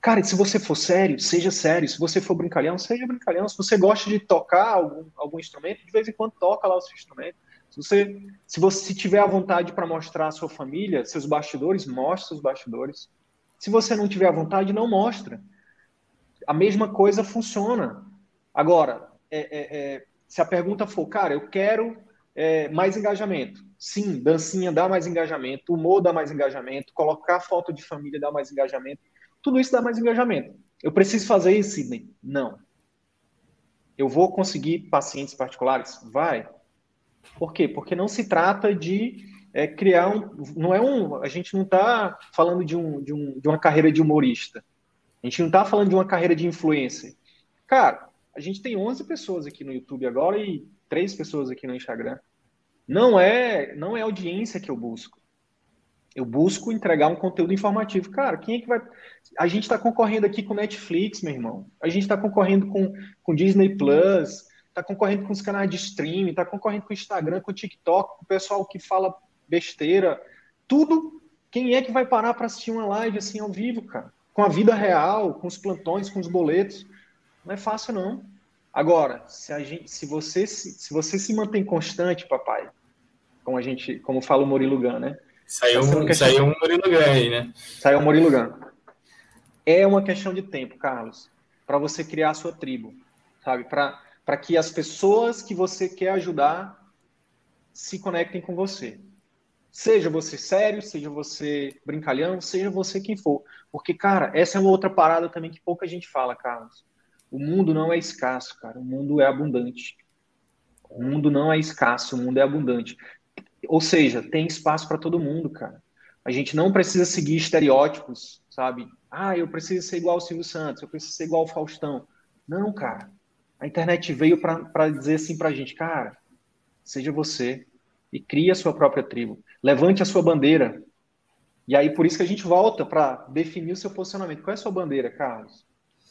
Cara, se você for sério, seja sério. Se você for brincalhão, seja brincalhão. Se você gosta de tocar algum, algum instrumento, de vez em quando toca lá o seu instrumento. Se você, se você tiver a vontade para mostrar a sua família, seus bastidores, mostre seus bastidores. Se você não tiver a vontade, não mostra. A mesma coisa funciona. Agora, é, é, é, se a pergunta for, cara, eu quero é, mais engajamento. Sim, dancinha dá mais engajamento, humor dá mais engajamento, colocar foto de família dá mais engajamento. Tudo isso dá mais engajamento. Eu preciso fazer isso, Sidney? Não. Eu vou conseguir pacientes particulares? Vai. Por quê? Porque não se trata de é, criar um... Não é um... A gente não está falando de, um, de, um, de uma carreira de humorista. A gente não está falando de uma carreira de influencer. Cara, a gente tem onze pessoas aqui no YouTube agora e três pessoas aqui no Instagram. Não é, não é audiência que eu busco. Eu busco entregar um conteúdo informativo. Cara, quem é que vai... A gente está concorrendo aqui com Netflix, meu irmão. A gente está concorrendo com, com Disney Plus, está concorrendo com os canais de streaming, está concorrendo com o Instagram, com o TikTok, com o pessoal que fala besteira. Tudo. Quem é que vai parar para assistir uma live assim ao vivo, cara? Com a vida real, com os plantões, com os boletos. Não é fácil, não. Agora, se, a gente, se, você, se, se você se mantém constante, papai, como, a gente, como fala o Murilo Gun, né? Saiu um, saiu um Murilo Gun aí, né? Saiu um Murilo Gun. É uma questão de tempo, Carlos, para você criar a sua tribo, sabe? Para que as pessoas que você quer ajudar se conectem com você. Seja você sério, seja você brincalhão, seja você quem for. Porque, cara, essa é uma outra parada também que pouca gente fala, Carlos. O mundo não é escasso, cara. O mundo é abundante. O mundo não é escasso, o mundo é abundante. Ou seja, tem espaço para todo mundo, cara. A gente não precisa seguir estereótipos, sabe? Ah, eu preciso ser igual ao Silvio Santos, eu preciso ser igual ao Faustão. Não, cara. A internet veio para dizer assim pra gente, cara, seja você e crie a sua própria tribo. Levante a sua bandeira. E aí, por isso que a gente volta para definir o seu posicionamento. Qual é a sua bandeira, Carlos?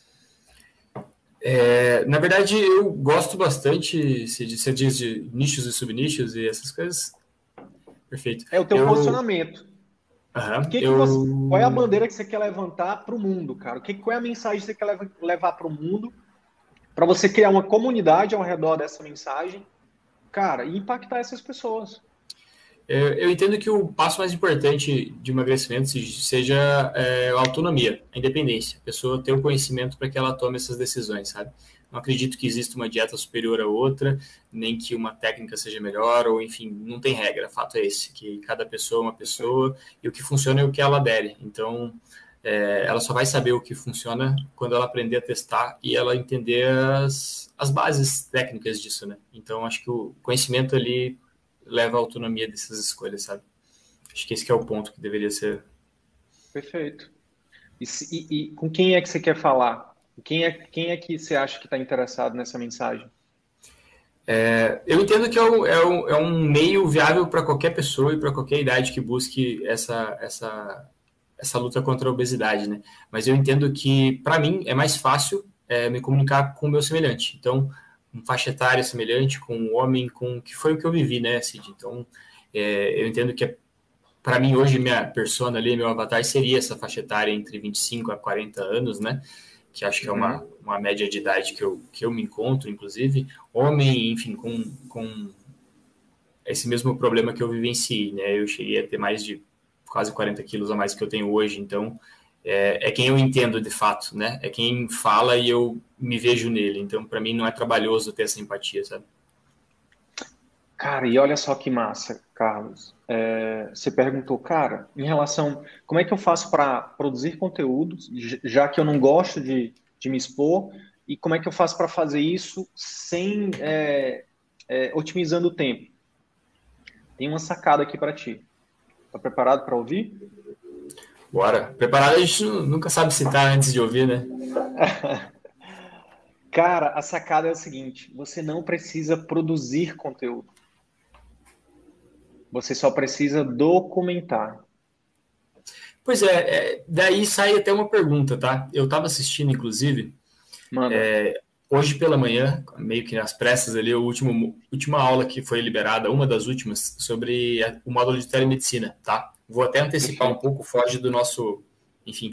É, na verdade, eu gosto bastante, se você diz de nichos e subnichos e essas coisas. Perfeito. É o teu eu... posicionamento. Uhum, que que eu... você, qual é a bandeira que você quer levantar para o mundo, cara? O que, qual é a mensagem que você quer levar para o mundo para você criar uma comunidade ao redor dessa mensagem, cara, e impactar essas pessoas? Eu entendo que o passo mais importante de emagrecimento seja é, a autonomia, a independência. A pessoa ter o conhecimento para que ela tome essas decisões, sabe? Não acredito que exista uma dieta superior a outra, nem que uma técnica seja melhor, ou enfim, não tem regra. O fato é esse, que cada pessoa é uma pessoa e o que funciona é o que ela adere. Então, é, ela só vai saber o que funciona quando ela aprender a testar e ela entender as, as bases técnicas disso, né? Então, acho que o conhecimento ali leva à autonomia dessas escolhas, sabe? Acho que esse que é o ponto que deveria ser. Perfeito. E, e, e com quem é que você quer falar? Quem é, quem é que você acha que está interessado nessa mensagem? É, eu entendo que é um, é um, é um meio viável para qualquer pessoa e para qualquer idade que busque essa, essa, essa luta contra a obesidade, né? Mas eu entendo que, para mim, é mais fácil é, me comunicar com o meu semelhante. Então, um faixa etária semelhante, com um homem, com que foi o que eu vivi, né, Cid? Então, é, eu entendo que, para mim, hoje, minha persona ali, meu avatar, seria essa faixa etária entre vinte e cinco a quarenta anos, né? Que acho que uhum. é uma, uma média de idade que eu, que eu me encontro, inclusive. Homem, enfim, com, com esse mesmo problema que eu vivenciei, né? Eu cheguei a ter mais de quase quarenta quilos a mais que eu tenho hoje, então é, é quem eu entendo de fato, né? É quem fala e eu me vejo nele. Então, para mim, não é trabalhoso ter essa empatia, sabe? Cara, e olha só que massa, Carlos. É, você perguntou, cara, em relação... Como é que eu faço para produzir conteúdos, já que eu não gosto de, de me expor, e como é que eu faço para fazer isso sem... É, é, otimizando o tempo? Tem uma sacada aqui para ti. Tá preparado para ouvir? Bora. Preparado a gente nunca sabe citar antes de ouvir, né? Cara, a sacada é o seguinte, você não precisa produzir conteúdo. Você só precisa documentar. Pois é, é daí sai até uma pergunta, tá? Eu estava assistindo, inclusive, é, hoje pela manhã, meio que nas pressas ali, a última, última aula que foi liberada, uma das últimas, sobre a, o módulo de telemedicina, tá? Vou até antecipar um pouco, foge do nosso, enfim,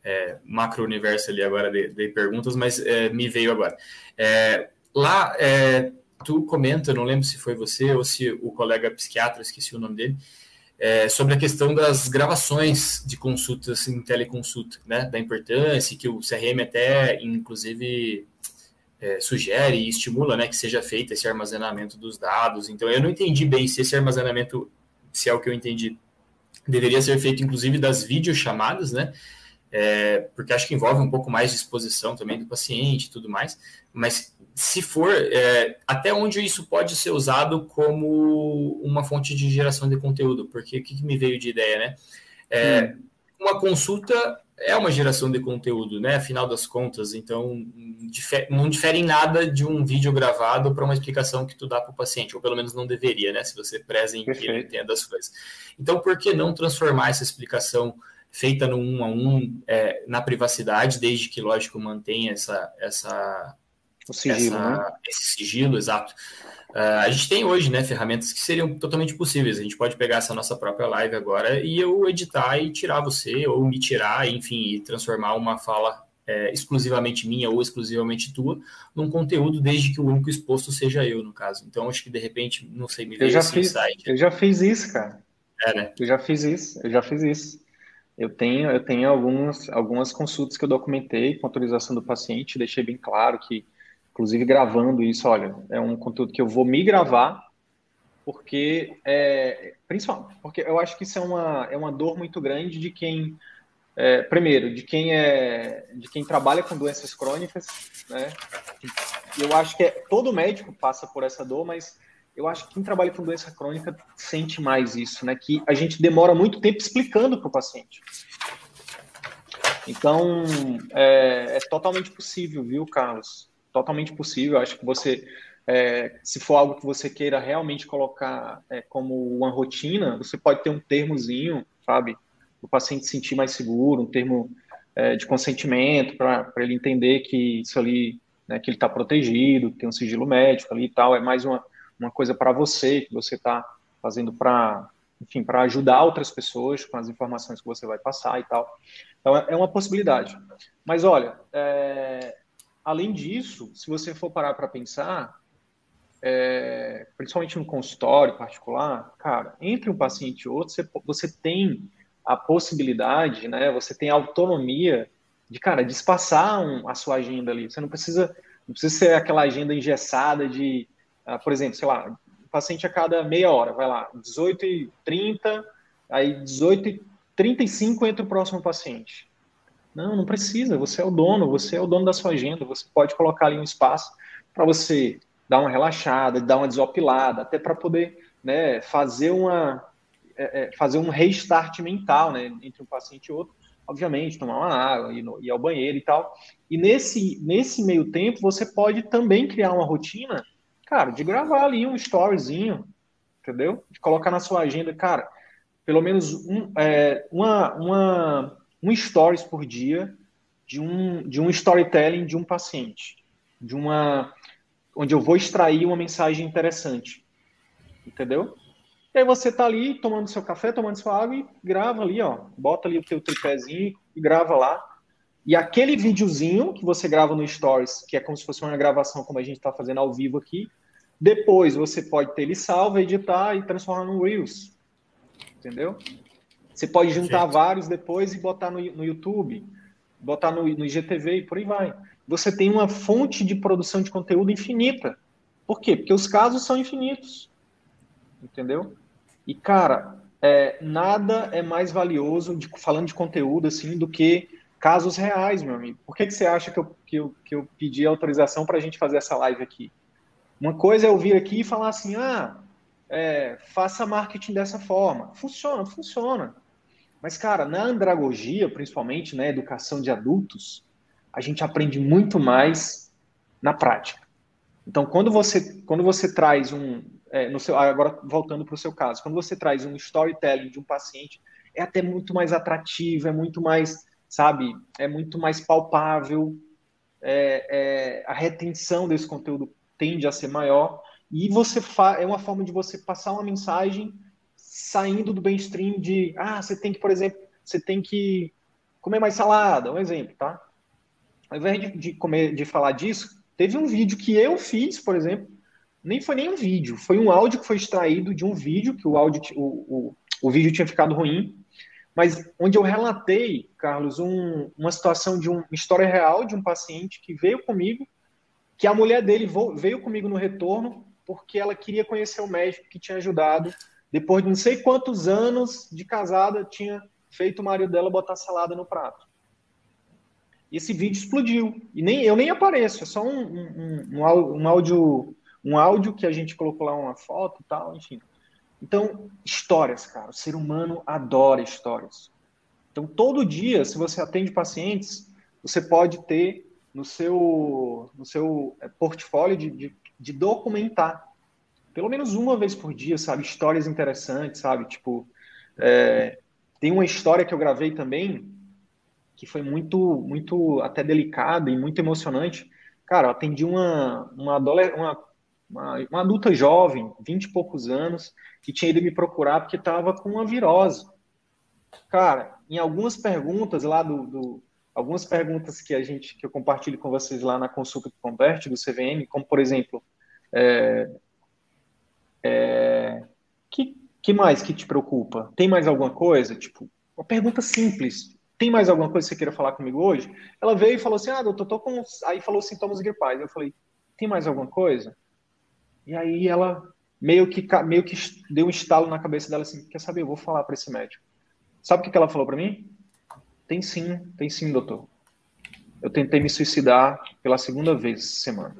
é, macro-universo ali agora de, de perguntas, mas é, me veio agora. É, lá, é, tu comenta, não lembro se foi você ou se o colega psiquiatra, esqueci o nome dele, é, sobre a questão das gravações de consultas em teleconsulta, né, da importância que o C R M até, inclusive, é, sugere e estimula, né, que seja feito esse armazenamento dos dados. Então, eu não entendi bem se esse armazenamento, se é o que eu entendi, deveria ser feito, inclusive, das videochamadas, né? É, porque acho que envolve um pouco mais de exposição também do paciente e tudo mais. Mas, se for, é, até onde isso pode ser usado como uma fonte de geração de conteúdo? Porque o que, que me veio de ideia, né? É, hum. Uma consulta é uma geração de conteúdo, né? Afinal das contas, então não difere em nada de um vídeo gravado para uma explicação que tu dá para o paciente, ou pelo menos não deveria, né? Se você preza em que ele entenda as coisas. Então, por que não transformar essa explicação feita no um a um é, na privacidade, desde que, lógico, mantenha essa, essa, o sigilo, essa, né? esse sigilo, exato. Uh, a gente tem hoje, né, ferramentas que seriam totalmente possíveis. A gente pode pegar essa nossa própria live agora e eu editar e tirar você, ou me tirar, enfim, e transformar uma fala é, exclusivamente minha ou exclusivamente tua num conteúdo, desde que o único exposto seja eu, no caso. Então, acho que, de repente, não sei, me veio eu já esse fiz, insight. Eu já fiz isso, cara. É, né? Eu já fiz isso, eu já fiz isso. Eu tenho, eu tenho algumas, algumas consultas que eu documentei com autorização do paciente, deixei bem claro que, inclusive gravando isso, olha, é um conteúdo que eu vou me gravar, porque, é, principalmente, porque eu acho que isso é uma, é uma dor muito grande de quem, é, primeiro, de quem, é, de quem trabalha com doenças crônicas, né? Eu acho que é, todo médico passa por essa dor, mas eu acho que quem trabalha com doença crônica sente mais isso, né? Que a gente demora muito tempo explicando para o paciente. Então, é, é totalmente possível, viu, Carlos? Totalmente possível. Acho que você, é, se for algo que você queira realmente colocar é, como uma rotina, você pode ter um termozinho, sabe? Para o paciente se sentir mais seguro, um termo é, de consentimento, para ele entender que isso ali, né, que ele está protegido, tem um sigilo médico ali e tal. É mais uma uma coisa para você, que você está fazendo para, enfim, para ajudar outras pessoas com as informações que você vai passar e tal. Então, é uma possibilidade. Mas, olha, é, além disso, se você for parar para pensar, é, principalmente no consultório particular, cara, entre um paciente e outro, você, você tem a possibilidade, né, você tem a autonomia de, cara, de espaçar um, a sua agenda ali. Você não precisa, não precisa ser aquela agenda engessada de Uh, por exemplo, sei lá, o paciente a cada meia hora, vai lá, dezoito e trinta, aí dezoito e trinta e cinco entra o próximo paciente. Não, não precisa, você é o dono, você é o dono da sua agenda, você pode colocar ali um espaço para você dar uma relaxada, dar uma desopilada, até para poder, né, fazer, uma, é, é, fazer um restart mental, né, entre um paciente e outro, obviamente, tomar uma água, ir, no, ir ao banheiro e tal. E nesse, nesse meio tempo, você pode também criar uma rotina, cara, de gravar ali um storyzinho, entendeu? De colocar na sua agenda, cara, pelo menos um, é, uma, uma, um stories por dia de um, de um storytelling de um paciente, de uma, onde eu vou extrair uma mensagem interessante, entendeu? E aí você tá ali tomando seu café, tomando sua água e grava ali, ó, bota ali o teu tripézinho e grava lá. E aquele videozinho que você grava no Stories, que é como se fosse uma gravação como a gente está fazendo ao vivo aqui, depois você pode ter ele salvo, editar e transformar no Reels. Entendeu? Você pode juntar Perfeito. vários depois e botar no, no YouTube, botar no, no I G T V e por aí vai. Você tem uma fonte de produção de conteúdo infinita. Por quê? Porque os casos são infinitos. Entendeu? E, cara, é, nada é mais valioso, de, falando de conteúdo, assim, do que casos reais, meu amigo. Por que, que você acha que eu, que eu, que eu pedi autorização para a gente fazer essa live aqui? Uma coisa é eu vir aqui e falar assim, ah, é, faça marketing dessa forma. Funciona, funciona. Mas, cara, na andragogia, principalmente, né, educação de adultos, a gente aprende muito mais na prática. Então, quando você, quando você traz um... É, no seu, agora, voltando para o seu caso, quando você traz um storytelling de um paciente, é até muito mais atrativo, é muito mais, sabe, é muito mais palpável, é, é, a retenção desse conteúdo tende a ser maior, e você fa- é uma forma de você passar uma mensagem saindo do mainstream de, ah, você tem que, por exemplo, você tem que comer mais salada, um exemplo, tá? Ao invés de, de, comer, de falar disso, teve um vídeo que eu fiz, por exemplo, nem foi nem um vídeo, foi um áudio que foi extraído de um vídeo, que o, áudio, o, o, o vídeo tinha ficado ruim, mas onde eu relatei, Carlos, um, uma situação de um, uma história real de um paciente que veio comigo, que a mulher dele veio comigo no retorno porque ela queria conhecer o médico que tinha ajudado, depois de não sei quantos anos de casada, tinha feito o marido dela botar salada no prato. Esse vídeo explodiu. E nem, eu nem apareço, é só um, um, um, um, áudio, um áudio que a gente colocou lá uma foto e tal, enfim. Então, histórias, cara. O ser humano adora histórias. Então, todo dia, se você atende pacientes, você pode ter no seu, no seu portfólio de, de, de documentar. Pelo menos uma vez por dia, sabe? Histórias interessantes, sabe? Tipo, é, tem uma história que eu gravei também, que foi muito, muito até delicada e muito emocionante. Cara, eu atendi uma, uma, uma, uma, uma adulta jovem, vinte e poucos anos, que tinha ido me procurar porque estava com uma virose. Cara, em algumas perguntas lá do, do algumas perguntas que a gente que eu compartilho com vocês lá na consulta que converte do C V M, como por exemplo, é, é, que que mais que te preocupa? Tem mais alguma coisa? Tipo, uma pergunta simples. Tem mais alguma coisa que você queira falar comigo hoje? Ela veio e falou assim, ah, doutor, tô com... Aí falou sintomas gripais. Eu falei, tem mais alguma coisa? E aí ela meio que, meio que deu um estalo na cabeça dela assim, quer saber, eu vou falar para esse médico. Sabe o que ela falou para mim? Tem sim, tem sim, doutor. Eu tentei me suicidar pela segunda vez essa semana.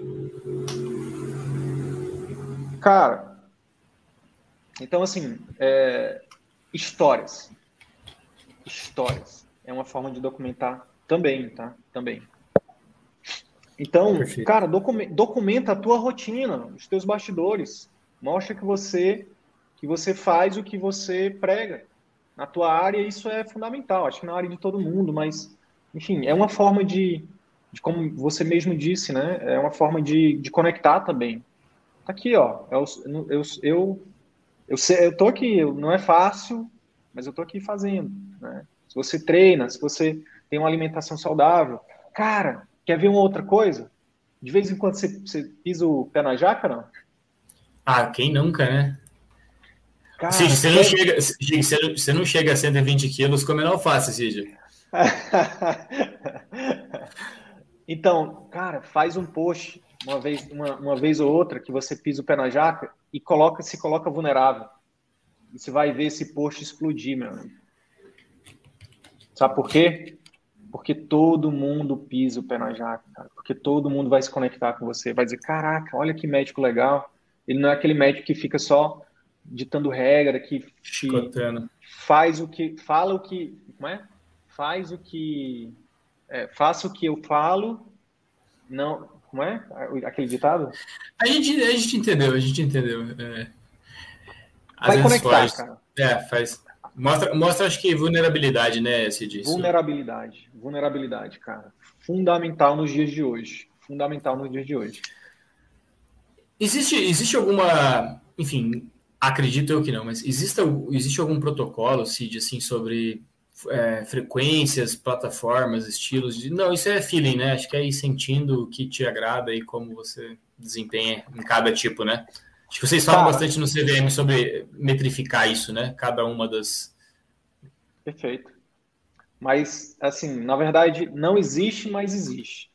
Cara, então assim, é... histórias. Histórias. É uma forma de documentar também, tá? Também. Então, Perfeito. cara, documenta a tua rotina, os teus bastidores. Mostra que você, que você faz o que você prega. Na tua área, isso é fundamental. Acho que na área de todo mundo, mas, enfim, é uma forma de, de como você mesmo disse, né? É uma forma de, de conectar também. Tá aqui, ó. Eu, eu, eu, eu, sei, eu tô aqui, não é fácil, mas eu tô aqui fazendo, né? Se você treina, se você tem uma alimentação saudável. Cara, quer ver uma outra coisa? De vez em quando você, você pisa o pé na jaca, não? Ah, quem nunca, né? Cara, Cid, você, não chega, você, não, você não chega a cento e vinte quilos comendo alface, Cid. Então, cara, faz um post uma vez, uma, uma vez ou outra que você pisa o pé na jaca e coloca, se coloca vulnerável. E você vai ver esse post explodir, meu amigo. Sabe por quê? Porque todo mundo pisa o pé na jaca, cara. Porque todo mundo vai se conectar com você. Vai dizer, caraca, olha que médico legal. Ele não é aquele médico que fica só ditando regra, que Chicotando. faz o que... Fala o que... Como é? Faz o que... É, faça o que eu falo. Não... Como é? Aquele ditado? A gente, a gente entendeu, a gente entendeu. É... Vai conectar, faz, cara. É, faz... Mostra, mostra, acho que, vulnerabilidade, né, Cid? Vulnerabilidade. Vulnerabilidade, cara. Fundamental nos dias de hoje. Fundamental nos dias de hoje. Existe, existe alguma... Enfim, acredito eu que não, mas existe, existe algum protocolo, Cid, assim, sobre é, frequências, plataformas, estilos? De... Não, isso é feeling, né? Acho que é ir sentindo o que te agrada e como você desempenha em cada tipo, né? Acho que vocês falam Cara, bastante no C V M sobre metrificar isso, né? Cada uma das... Perfeito. Mas, assim, na verdade, não existe, mas existe.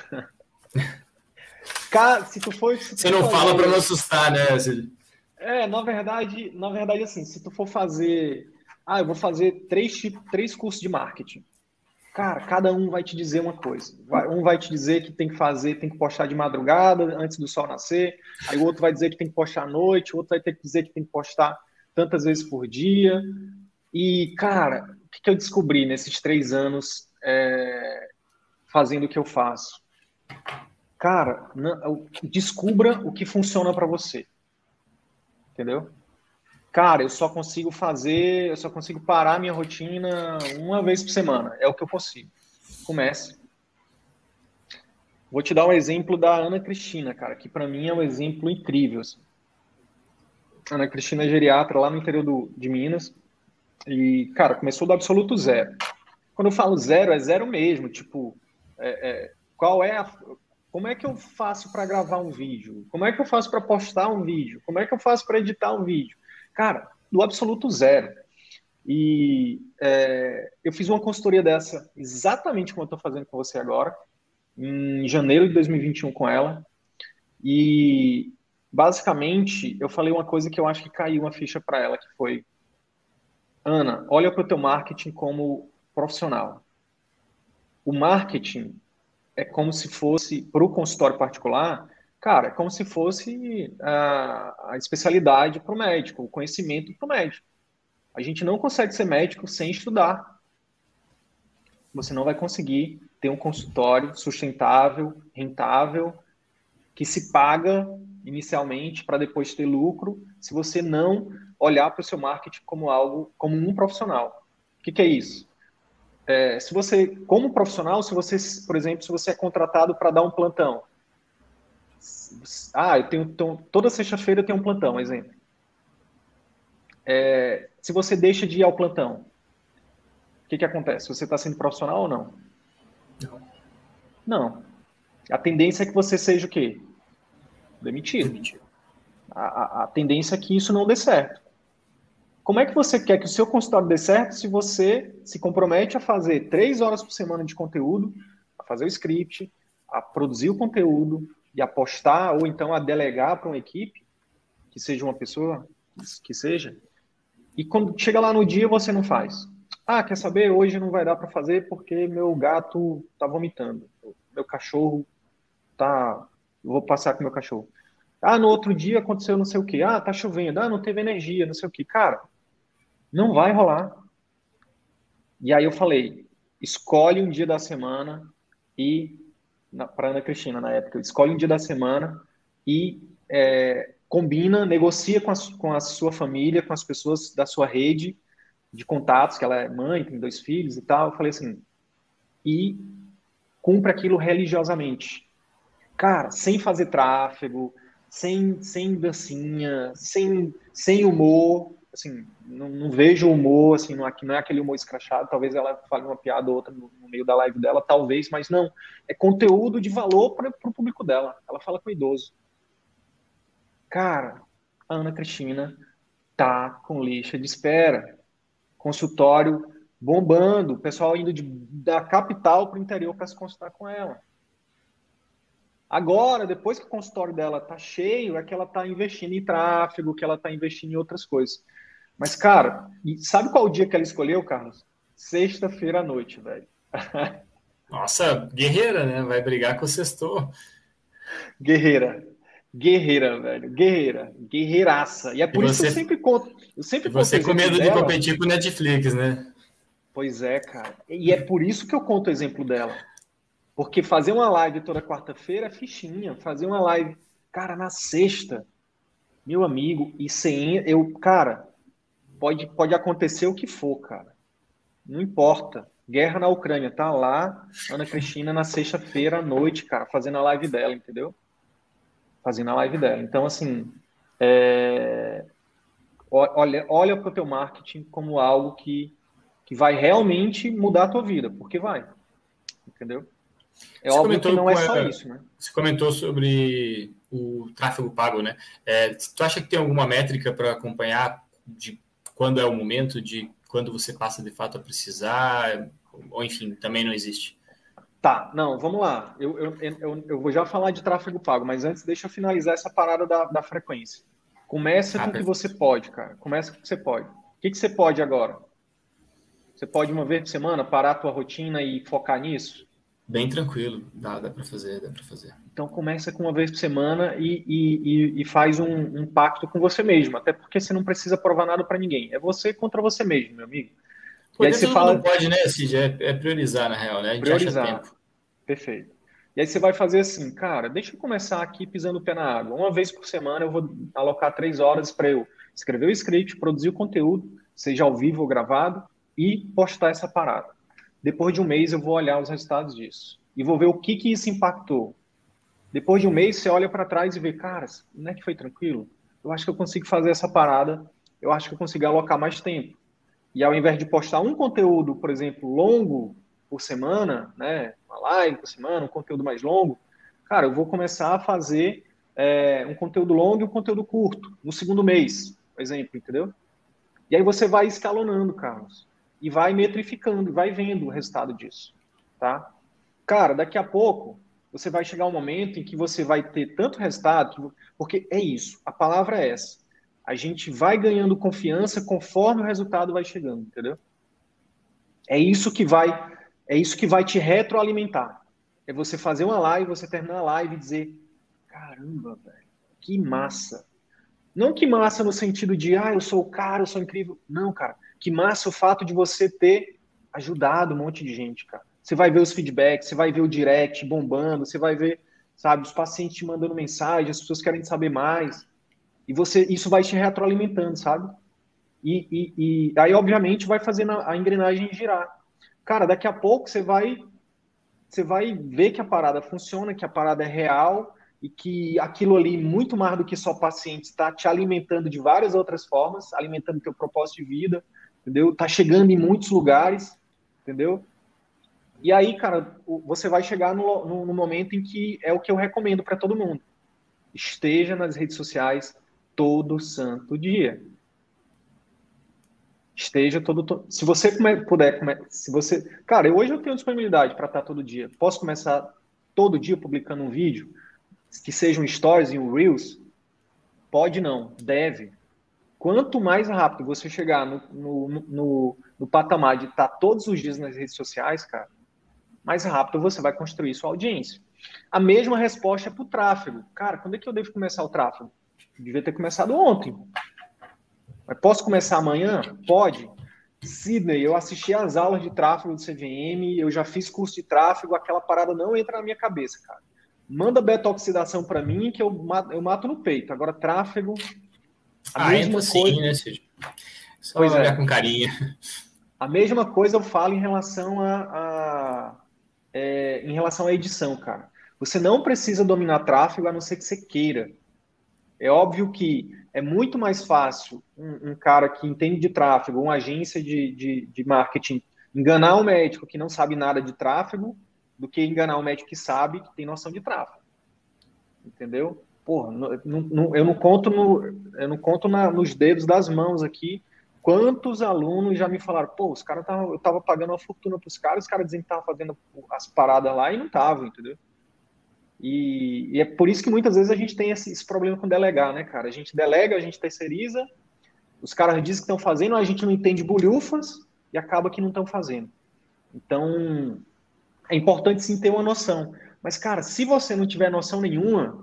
Cara, se tu for... Se tu Você não fazer... fala para não assustar, né, Cid? É, na verdade, na verdade, assim, se tu for fazer... Ah, eu vou fazer três, três cursos de marketing. Cara, cada um vai te dizer uma coisa. Um vai te dizer que tem que fazer, tem que postar de madrugada, antes do sol nascer. Aí o outro vai dizer que tem que postar à noite. O outro vai ter que dizer que tem que postar tantas vezes por dia. E, cara, o que eu descobri nesses três anos é, fazendo o que eu faço? Cara, não, descubra o que funciona para você. Entendeu? Cara, eu só consigo fazer, eu só consigo parar a minha rotina uma vez por semana. É o que eu consigo. Comece. Vou te dar um exemplo da Ana Cristina, cara, que para mim é um exemplo incrível. Assim. Ana Cristina é geriatra lá no interior do, de Minas. E, cara, começou do absoluto zero. Quando eu falo zero, é zero mesmo. Tipo, é, é, qual é a, como é que eu faço para gravar um vídeo? Como é que eu faço para postar um vídeo? Como é que eu faço para editar um vídeo? Cara, do absoluto zero. E é, eu fiz uma consultoria dessa, exatamente como eu estou fazendo com você agora, em janeiro de dois mil e vinte e um com ela. E, basicamente, eu falei uma coisa que eu acho que caiu uma ficha para ela, que foi: Ana, olha para o teu marketing como profissional. O marketing é como se fosse, para o consultório particular, cara, é como se fosse a, a especialidade para o médico, o conhecimento para o médico. A gente não consegue ser médico sem estudar. Você não vai conseguir ter um consultório sustentável, rentável, que se paga inicialmente para depois ter lucro, se você não olhar para o seu marketing como algo, como um profissional. O que, que é isso? É, se você, como profissional, se você, por exemplo, se você é contratado para dar um plantão, ah, eu tenho, então, toda sexta-feira eu tenho um plantão, exemplo. É, se você deixa de ir ao plantão, o que, que acontece? Você está sendo profissional ou não? Não. Não. A tendência é que você seja o quê? Demitido. Demitido. A, a, a tendência é que isso não dê certo. Como é que você quer que o seu consultório dê certo se você se compromete a fazer três horas por semana de conteúdo, a fazer o script, a produzir o conteúdo e a postar, ou então a delegar para uma equipe, que seja uma pessoa, que seja, e quando chega lá no dia você não faz? Ah, quer saber? Hoje não vai dar para fazer porque meu gato tá vomitando, meu cachorro tá... Eu vou passear com meu cachorro. Ah, no outro dia aconteceu não sei o quê. Ah, tá chovendo. Ah, não teve energia, não sei o quê. Cara, não vai rolar. E aí eu falei, escolhe um dia da semana e, para Ana Cristina na época, escolhe um dia da semana e é, combina, negocia com a, com a sua família, com as pessoas da sua rede de contatos, que ela é mãe, tem dois filhos e tal. Eu falei assim, e cumpre aquilo religiosamente. Cara, sem fazer tráfego, sem, sem dancinha, sem, sem humor, assim, não, não vejo humor, assim, não, não é aquele humor escrachado, talvez ela fale uma piada ou outra no, no meio da live dela, talvez, mas não, é conteúdo de valor para o público dela, ela fala com o idoso. Cara, a Ana Cristina tá com lixa de espera, consultório bombando, o pessoal indo de, da capital para o interior para se consultar com ela. Agora, depois que o consultório dela tá cheio, é que ela tá investindo em tráfego, que ela tá investindo em outras coisas. Mas, cara, e sabe qual o dia que ela escolheu, Carlos? Sexta-feira à noite, velho. Nossa, guerreira, né? Vai brigar com o sextou. Guerreira. Guerreira, velho. Guerreira. Guerreiraça. E é por e isso você, que eu sempre conto. Eu sempre e você conto com medo dela. de competir com o Netflix, né? Pois é, cara. E é por isso que eu conto o exemplo dela. Porque fazer uma live toda quarta-feira é fichinha. Fazer uma live, cara, na sexta, meu amigo, e sem eu, cara, pode, pode acontecer o que for, cara. Não importa. Guerra na Ucrânia, tá lá, Ana Cristina na sexta-feira à noite, cara, fazendo a live dela, entendeu? Fazendo a live dela. Então, assim, é... olha, olha para o teu marketing como algo que, que vai realmente mudar a tua vida, porque vai, entendeu? É Você óbvio que não é a... só isso, né? Você comentou sobre o tráfego pago, né? É, tu acha que tem alguma métrica para acompanhar de quando é o momento, de quando você passa de fato a precisar, ou enfim, também não existe? Tá, não, vamos lá. Eu, eu, eu, eu vou já falar de tráfego pago, mas antes deixa eu finalizar essa parada da, da frequência. Começa ah, com o que você pode, cara. Começa com o que você pode. O que, que você pode agora? Você pode uma vez por semana parar a tua rotina e focar nisso? Bem tranquilo, dá, dá para fazer, dá para fazer. Então começa com uma vez por semana e, e, e faz um, um pacto com você mesmo, até porque você não precisa provar nada para ninguém. É você contra você mesmo, meu amigo. Poder e aí você fala... não pode, né, Cid? É, é priorizar, na real, né? A gente priorizar. acha tempo. Perfeito. E aí você vai fazer assim, cara, deixa eu começar aqui pisando o pé na água. Uma vez por semana eu vou alocar três horas para eu escrever o script, produzir o conteúdo, seja ao vivo ou gravado, e postar essa parada. Depois de um mês eu vou olhar os resultados disso. E vou ver o que, que isso impactou. Depois de um mês você olha para trás e vê, cara, não é que foi tranquilo? Eu acho que eu consigo fazer essa parada, eu acho que eu consigo alocar mais tempo. e ao invés de postar um conteúdo, por exemplo, longo por semana, né, uma live por semana, um conteúdo mais longo, cara, eu vou começar a fazer é, um conteúdo longo e um conteúdo curto, no segundo mês, por exemplo, entendeu? E aí você vai escalonando, Carlos, e vai metrificando, vai vendo o resultado disso, tá? Cara, daqui a pouco, você vai chegar um momento em que você vai ter tanto resultado, porque é isso, a palavra é essa. A gente vai ganhando confiança conforme o resultado vai chegando, entendeu? É isso que vai, é isso que vai te retroalimentar. É você fazer uma live, você terminar a live e dizer, caramba, velho, que massa. Não que massa no sentido de, ah, eu sou o cara, eu sou incrível. Não, cara, que massa o fato de você ter ajudado um monte de gente, cara. Você vai ver os feedbacks, você vai ver o direct bombando, você vai ver, sabe, os pacientes te mandando mensagem, as pessoas querem saber mais. E você, isso vai te retroalimentando, sabe? E, e, e aí, obviamente, vai fazendo a, a engrenagem girar. Cara, daqui a pouco você vai, você vai ver que a parada funciona, que a parada é real e que aquilo ali, muito mais do que só paciente, está te alimentando de várias outras formas, alimentando teu propósito de vida, entendeu? Tá chegando em muitos lugares, entendeu? E aí, cara, você vai chegar no, no, no momento em que é o que eu recomendo para todo mundo. Esteja nas redes sociais todo santo dia. Esteja todo, todo... Se você puder, se você, cara, hoje eu tenho disponibilidade para estar todo dia. Posso começar todo dia publicando um vídeo que seja um stories e um reels? Pode não, deve. Quanto mais rápido você chegar no, no, no, no patamar de estar todos os dias nas redes sociais, cara, mais rápido você vai construir sua audiência. A mesma resposta é para o tráfego. Cara, quando é que eu devo começar o tráfego? Eu devia ter começado ontem. Mas posso começar amanhã? Pode. Sidney, eu assisti às aulas de tráfego do C V M, eu já fiz curso de tráfego, aquela parada não entra na minha cabeça, cara. Manda beta-oxidação para mim que eu mato, eu mato no peito. Agora, tráfego... A ah, mesma entra coisa... sim, né, Cid? Só pois olhar é. com carinha. A mesma coisa eu falo em relação a... a é, em relação à edição, cara. Você não precisa dominar tráfego a não ser que você queira. É óbvio que é muito mais fácil um, um cara que entende de tráfego, uma agência de, de, de marketing, enganar um médico que não sabe nada de tráfego do que enganar um médico que sabe, que tem noção de tráfego. Entendeu? Porra, não, não, eu não conto, no, eu não conto na, nos dedos das mãos aqui quantos alunos já me falaram, pô, os caras tavam, eu tava pagando uma fortuna pros caras, os caras diziam que estavam fazendo as paradas lá e não estavam, entendeu? E, e é por isso que muitas vezes a gente tem esse, esse problema com delegar, né, cara? A gente delega, a gente terceiriza, os caras dizem que estão fazendo, a gente não entende bolhufas e acaba que não estão fazendo. Então, é importante sim ter uma noção. Mas, cara, se você não tiver noção nenhuma,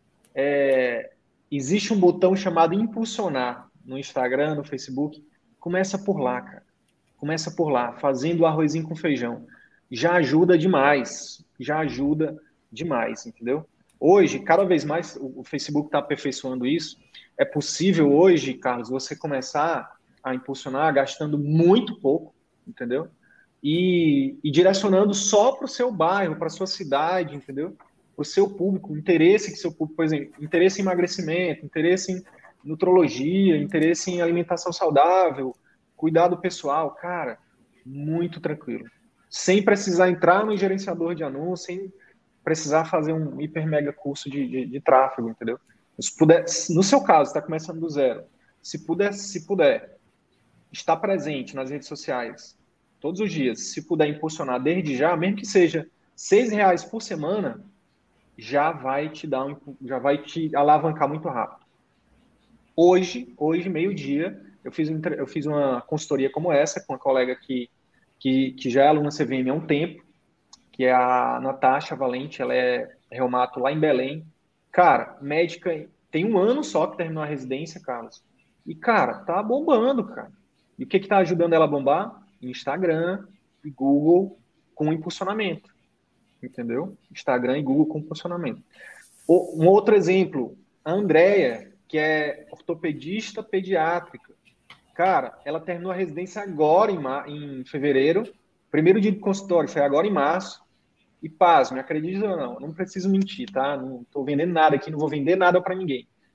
é, existe um botão chamado impulsionar no Instagram, no Facebook. Começa por lá, cara. Começa por lá, fazendo o arrozinho com feijão. Já ajuda demais. Já ajuda demais, entendeu? Hoje, cada vez mais, o Facebook está aperfeiçoando isso. É possível hoje, Carlos, você começar a impulsionar gastando muito pouco, entendeu? E, e direcionando só para o seu bairro, para a sua cidade, entendeu? Para o seu público, o interesse que seu público, por exemplo, interesse em emagrecimento, interesse em nutrologia, interesse em alimentação saudável, cuidado pessoal, cara, muito tranquilo. Sem precisar entrar no gerenciador de anúncios, sem precisar fazer um hiper mega curso de, de, de tráfego, entendeu? Se puder, no seu caso, está começando do zero, se puder, se puder estar presente nas redes sociais todos os dias, se puder impulsionar desde já, mesmo que seja seis reais por semana, já vai te dar um, já vai te alavancar muito rápido. Hoje, hoje meio-dia, eu fiz, um, eu fiz uma consultoria como essa com uma colega que, que, que já é aluna C V M há um tempo, que é a Natasha Valente, ela é reumato lá em Belém. Cara, médica, tem um ano só que terminou a residência, Carlos. E, cara, tá bombando, cara. E o que que tá ajudando ela a bombar? Instagram e Google com impulsionamento. Entendeu? Instagram e Google com impulsionamento. Um outro exemplo, a Andrea, que é ortopedista pediátrica. Cara, ela terminou a residência agora em, em fevereiro. Primeiro dia de consultório foi agora em março. E pasme, acredite ou não, não preciso mentir, tá? Não estou vendendo nada aqui, não vou vender nada para ninguém.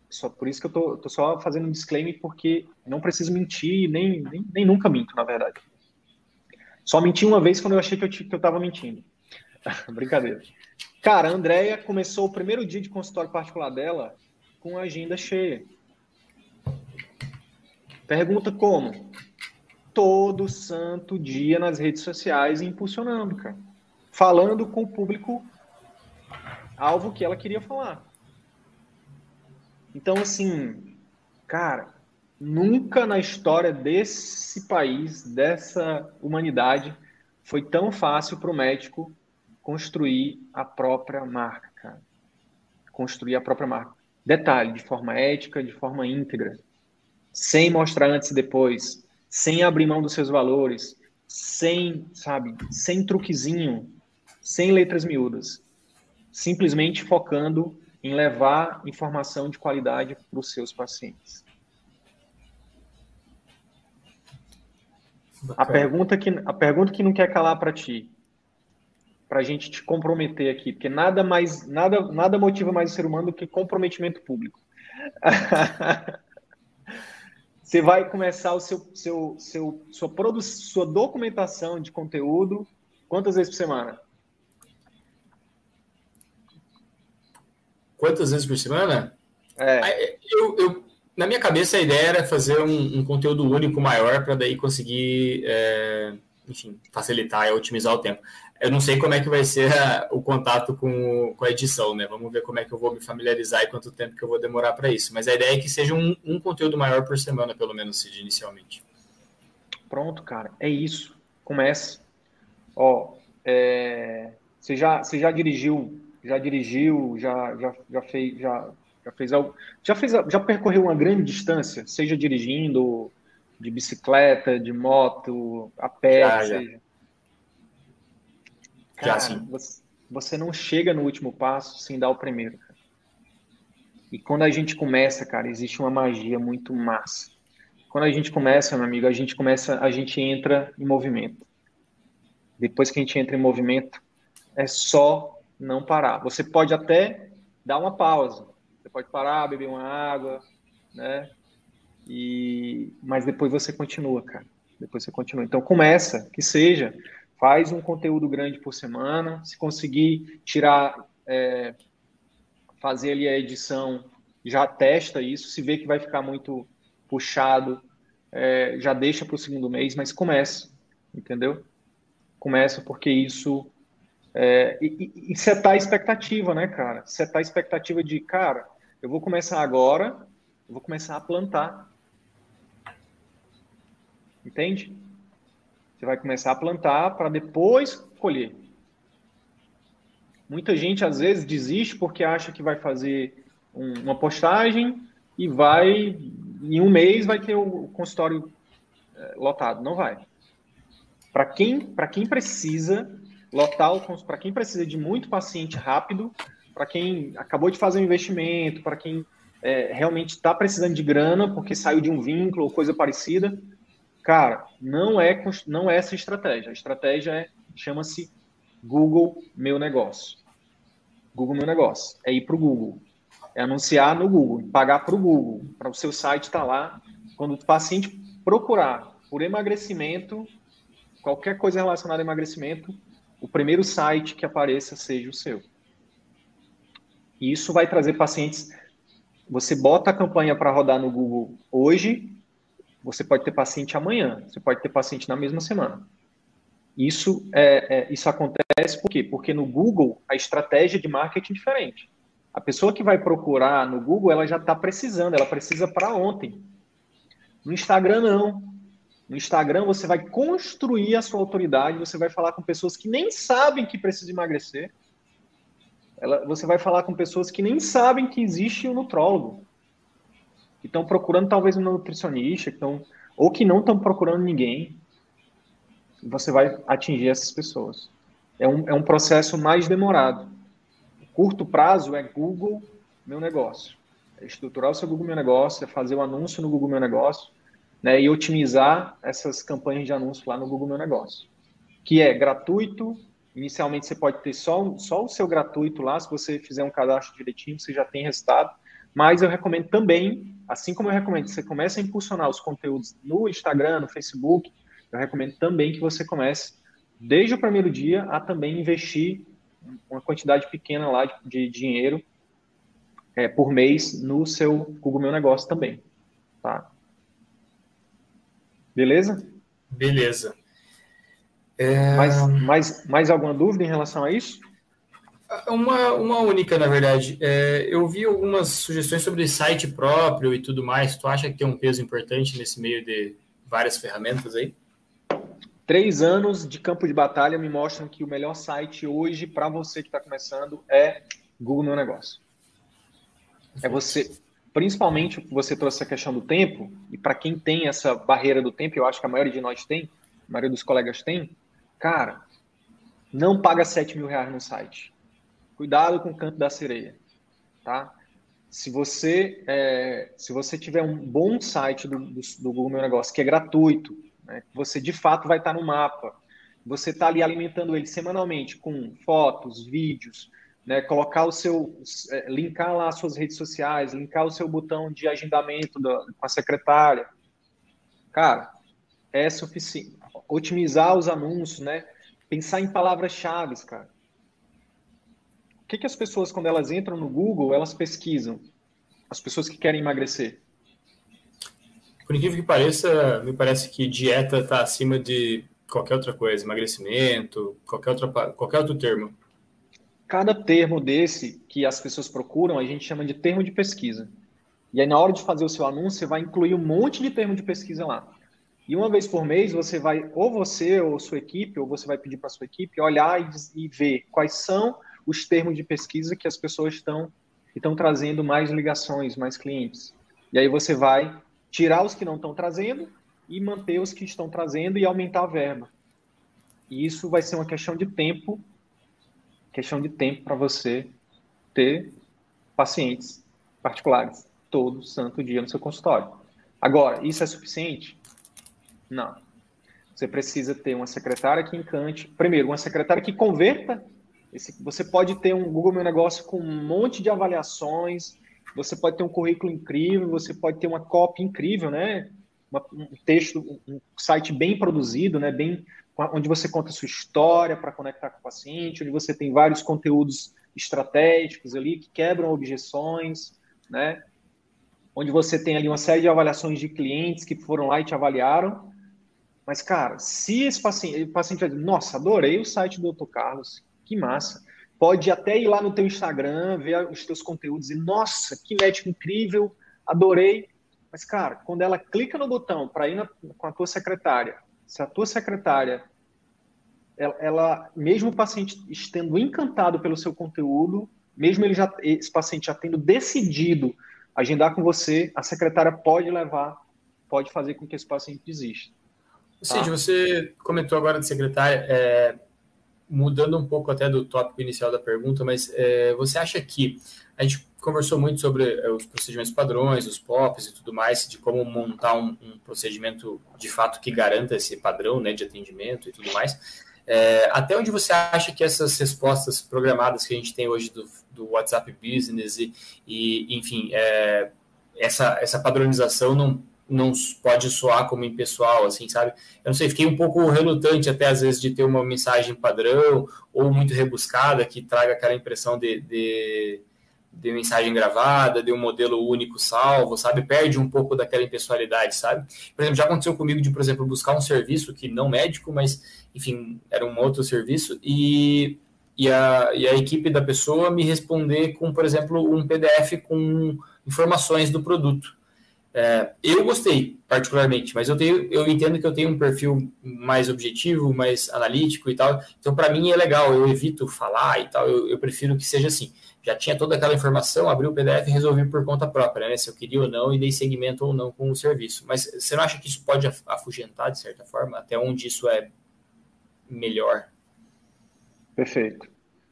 só por isso que eu tô, tô só fazendo um disclaimer, porque não preciso mentir, nem, nem, nem nunca minto, na verdade. Só menti uma vez quando eu achei que eu, que eu tava mentindo. Brincadeira. Cara, a Andrea começou o primeiro dia de consultório particular dela com a agenda cheia. Pergunta como? Todo santo dia nas redes sociais e impulsionando, cara. Falando com o público alvo que ela queria falar. Então, assim, cara, nunca na história desse país, dessa humanidade, foi tão fácil para o médico construir a própria marca, cara. Construir a própria marca. Detalhe, de forma ética, de forma íntegra. Sem mostrar antes e depois. Sem abrir mão dos seus valores. Sem, sabe, sem truquezinho. Sem letras miúdas. Simplesmente focando em levar informação de qualidade para os seus pacientes. A pergunta, que, a pergunta que não quer calar para ti, para a gente te comprometer aqui, porque nada, mais, nada, nada motiva mais o ser humano do que comprometimento público. Você vai começar o seu, seu, seu, sua, produ, sua documentação de conteúdo quantas vezes por semana? Quantas vezes por semana? É. Eu, eu, na minha cabeça, a ideia era fazer um, um conteúdo único maior para daí conseguir, é, enfim, facilitar e otimizar o tempo. Eu não sei como é que vai ser a, o contato com, com a edição, né? Vamos ver como é que eu vou me familiarizar e quanto tempo que eu vou demorar para isso. Mas a ideia é que seja um, um conteúdo maior por semana, pelo menos, Cid, inicialmente. Pronto, cara. É isso. Comece. Ó, é, você, já, você já dirigiu... Já dirigiu, já, já, já fez, já, já fez algo, já fez, já percorreu uma grande distância, seja dirigindo, de bicicleta, de moto, a pé, Já, que já. seja. Cara, já sim. Você, você não chega no último passo sem dar o primeiro, cara. E quando a gente começa, cara, existe uma magia muito massa. Quando a gente começa, meu amigo, a gente começa, a gente entra em movimento. Depois que a gente entra em movimento, é só não parar. Você pode até dar uma pausa. Você pode parar, beber uma água, né? E... Mas depois você continua, cara. Depois você continua. Então começa, que seja, faz um conteúdo grande por semana. Se conseguir tirar, é... fazer ali a edição, já testa isso. Se vê que vai ficar muito puxado, é... já deixa para o segundo mês, mas começa, entendeu? Começa porque isso... É, e, e, e setar a expectativa, né, cara? Setar a expectativa de, cara, eu vou começar agora, eu vou começar a plantar. Entende? Você vai começar a plantar para depois colher. Muita gente, às vezes, desiste porque acha que vai fazer um, uma postagem e vai, em um mês, vai ter o consultório é, lotado. Não vai. Para quem, para quem precisa... lotar para quem precisa de muito paciente rápido, para quem acabou de fazer um investimento, para quem é, realmente está precisando de grana porque saiu de um vínculo ou coisa parecida, cara, não é, não é essa a estratégia. A estratégia é, chama-se Google Meu Negócio. Google Meu Negócio. É ir para o Google. É anunciar no Google, pagar para o Google, para o seu site estar tá lá. Quando o paciente procurar por emagrecimento, qualquer coisa relacionada a emagrecimento, o primeiro site que apareça seja o seu. E isso vai trazer pacientes... Você bota a campanha para rodar no Google hoje, você pode ter paciente amanhã, você pode ter paciente na mesma semana. Isso, é, é, isso acontece por quê? Porque no Google a estratégia de marketing é diferente. A pessoa que vai procurar no Google, ela já está precisando, ela precisa para ontem. No Instagram, não. No Instagram, você vai construir a sua autoridade, você vai falar com pessoas que nem sabem que precisa emagrecer. Ela, você vai falar com pessoas que nem sabem que existe um nutrólogo. Que estão procurando talvez um nutricionista, que estão, ou que não estão procurando ninguém. Você vai atingir essas pessoas. É um, é um processo mais demorado. Curto prazo é Google Meu Negócio. É estruturar o seu Google Meu Negócio, é fazer o anúncio no Google Meu Negócio, né, e otimizar essas campanhas de anúncio lá no Google Meu Negócio, que é gratuito. Inicialmente você pode ter só, só o seu gratuito lá, se você fizer um cadastro direitinho, você já tem resultado. Mas eu recomendo também, assim como eu recomendo que você comece a impulsionar os conteúdos no Instagram, no Facebook, eu recomendo também que você comece, desde o primeiro dia, a também investir uma quantidade pequena lá de, de dinheiro é, por mês no seu Google Meu Negócio também, tá? Beleza? Beleza. É... Mais, mais, mais alguma dúvida em relação a isso? Uma, uma única, na verdade. É, eu vi algumas sugestões sobre site próprio e tudo mais. Tu acha que tem um peso importante nesse meio de várias ferramentas aí? Três anos de campo de batalha me mostram que o melhor site hoje para você que está começando é Google Meu Negócio. É você, principalmente você trouxe a questão do tempo, e para quem tem essa barreira do tempo, eu acho que a maioria de nós tem, a maioria dos colegas tem, cara, não paga sete mil reais no site. Cuidado com o canto da sereia, tá? Se você, é, se você tiver um bom site do, do, do Google Meu Negócio, que é gratuito, né, você de fato vai estar no mapa, você está ali alimentando ele semanalmente com fotos, vídeos, né, colocar o seu, é, linkar lá as suas redes sociais, linkar o seu botão de agendamento da, com a secretária, cara, é suficiente. Otimizar os anúncios, né? Pensar em palavras-chave, cara. O que, que as pessoas, quando elas entram no Google, elas pesquisam? As pessoas que querem emagrecer. Por incrível que pareça, me parece que dieta está acima de qualquer outra coisa, emagrecimento, qualquer, outra, qualquer outro termo. Cada termo desse que as pessoas procuram, a gente chama de termo de pesquisa. E aí, na hora de fazer o seu anúncio, você vai incluir um monte de termo de pesquisa lá. E uma vez por mês, você vai, ou você ou sua equipe, ou você vai pedir para a sua equipe olhar e, e ver quais são os termos de pesquisa que as pessoas estão, estão trazendo mais ligações, mais clientes. E aí você vai tirar os que não estão trazendo e manter os que estão trazendo e aumentar a verba. E isso vai ser uma questão de tempo, questão de tempo para você ter pacientes particulares todo santo dia no seu consultório. Agora, isso é suficiente? Não. Você precisa ter uma secretária que encante. Primeiro, uma secretária que converta. Esse, você pode ter um Google Meu Negócio com um monte de avaliações, você pode ter um currículo incrível, você pode ter uma copy incrível, né? Uma, um texto, um site bem produzido, né? Bem, onde você conta a sua história para conectar com o paciente, onde você tem vários conteúdos estratégicos ali que quebram objeções, né? Onde você tem ali uma série de avaliações de clientes que foram lá e te avaliaram. Mas, cara, se esse paciente, o paciente vai dizer, nossa, adorei o site do doutor Carlos, que massa. Pode até ir lá no teu Instagram, ver os teus conteúdos e, nossa, que médico incrível, adorei. Mas, cara, quando ela clica no botão para ir na, com a tua secretária, se a tua secretária, ela, ela, mesmo o paciente estando encantado pelo seu conteúdo, mesmo ele já, esse paciente já tendo decidido agendar com você, a secretária pode levar, pode fazer com que esse paciente desista. Cid, tá? Você comentou agora de secretária, é, mudando um pouco até do tópico inicial da pergunta, mas é, você acha que a gente conversou muito sobre é, os procedimentos padrões, os P O Ps e tudo mais, de como montar um, um procedimento de fato que garanta esse padrão, né, de atendimento e tudo mais. É, até onde você acha que essas respostas programadas que a gente tem hoje do, do WhatsApp Business e, e enfim, é, essa, essa padronização não não pode soar como impessoal, assim, sabe? Eu não sei, fiquei um pouco relutante até, às vezes, de ter uma mensagem padrão ou muito rebuscada que traga aquela impressão de, de, de mensagem gravada, de um modelo único salvo, sabe? Perde um pouco daquela impessoalidade, sabe? Por exemplo, já aconteceu comigo de, por exemplo, buscar um serviço que não médico, mas, enfim, era um outro serviço e, e, a, e a equipe da pessoa me responder com, por exemplo, um P D F com informações do produto. É, eu gostei, particularmente, mas eu, tenho, eu entendo que eu tenho um perfil mais objetivo, mais analítico e tal, então para mim é legal, eu evito falar e tal, eu, eu prefiro que seja assim, já tinha toda aquela informação, abri o P D F e resolvi por conta própria, né, se eu queria ou não e dei seguimento ou não com o serviço, mas você não acha que isso pode afugentar de certa forma, até onde isso é melhor? Perfeito.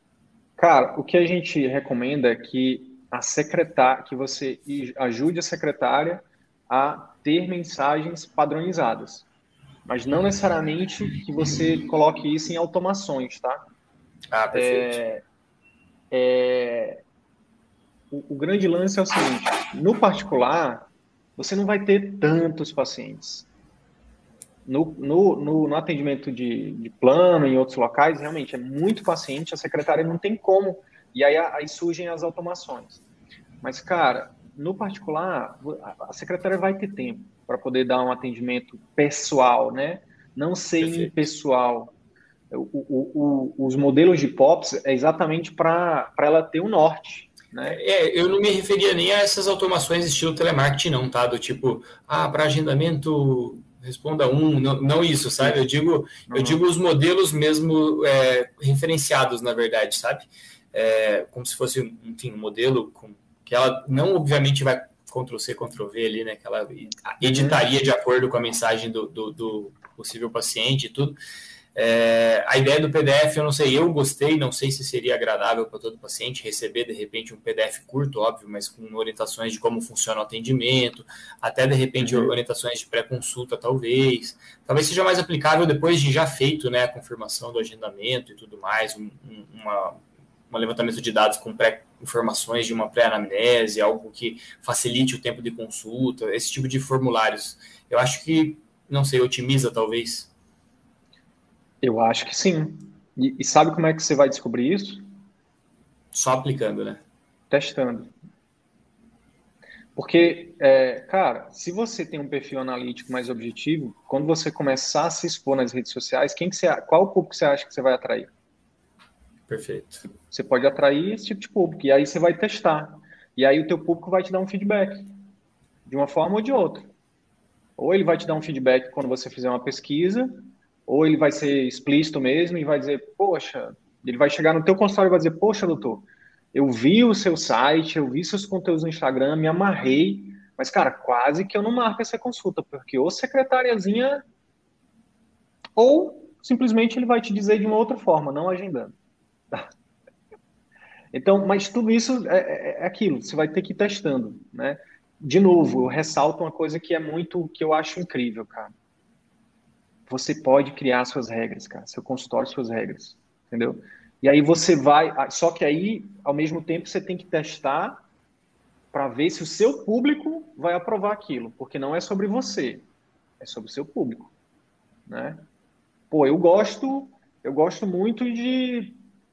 Cara, o que a gente recomenda é que a secretária, que você ajude a secretária a ter mensagens padronizadas, mas não necessariamente que você coloque isso em automações, tá? Ah, perfeito. É, é, o, o grande lance é o seguinte, no particular, você não vai ter tantos pacientes. No, no, no, no atendimento de, de plano, em outros locais, realmente é muito paciente, a secretária não tem como, e aí, aí surgem as automações. Mas, cara, no particular, a secretária vai ter tempo para poder dar um atendimento pessoal, né? Não ser Perfeito. impessoal. O, o, o, os modelos de P O Ps é exatamente para ela ter um norte, né? É, eu não me referia nem a essas automações estilo telemarketing, não, tá? Do tipo, ah, para agendamento, responda um, não, não isso, sabe? Isso. Eu digo, uhum. eu digo os modelos mesmo é, referenciados, na verdade, sabe? É, como se fosse, enfim, um modelo com, que ela não, obviamente, vai Ctrl-C, Ctrl-V ali, né? Que ela editaria uhum. de acordo com a mensagem do, do, do possível paciente e tudo. É, a ideia do P D F, eu não sei, eu gostei, não sei se seria agradável para todo paciente receber, de repente, um P D F curto, óbvio, mas com orientações de como funciona o atendimento, até, de repente, uhum. orientações de pré-consulta, talvez. Talvez seja mais aplicável depois de já feito, né, a confirmação do agendamento e tudo mais, um, um, uma, um levantamento de dados com pré-informações de uma pré-anamnese, algo que facilite o tempo de consulta, esse tipo de formulários. Eu acho que, não sei, otimiza, talvez. Eu acho que sim. E, e sabe como é que você vai descobrir isso? Só aplicando, né? Testando. Porque, é, cara, se você tem um perfil analítico mais objetivo, quando você começar a se expor nas redes sociais, quem que você, qual o público você acha que você vai atrair? Perfeito. Você pode atrair esse tipo de público, e aí você vai testar. E aí o teu público vai te dar um feedback, de uma forma ou de outra. Ou ele vai te dar um feedback quando você fizer uma pesquisa, ou ele vai ser explícito mesmo e vai dizer, poxa, ele vai chegar no teu consultório e vai dizer, poxa, doutor, eu vi o seu site, eu vi seus conteúdos no Instagram, me amarrei, mas, cara, quase que eu não marco essa consulta, porque ou secretariazinha, ou simplesmente ele vai te dizer de uma outra forma, não agendando. Então, mas tudo isso é, é aquilo, você vai ter que ir testando, né? De novo, eu ressalto uma coisa que é muito, que eu acho incrível, cara. Você pode criar suas regras, cara, seu consultório, suas regras, entendeu? E aí você vai, só que aí, ao mesmo tempo, você tem que testar para ver se o seu público vai aprovar aquilo, porque não é sobre você, é sobre o seu público, né? Pô, eu gosto, eu gosto muito de,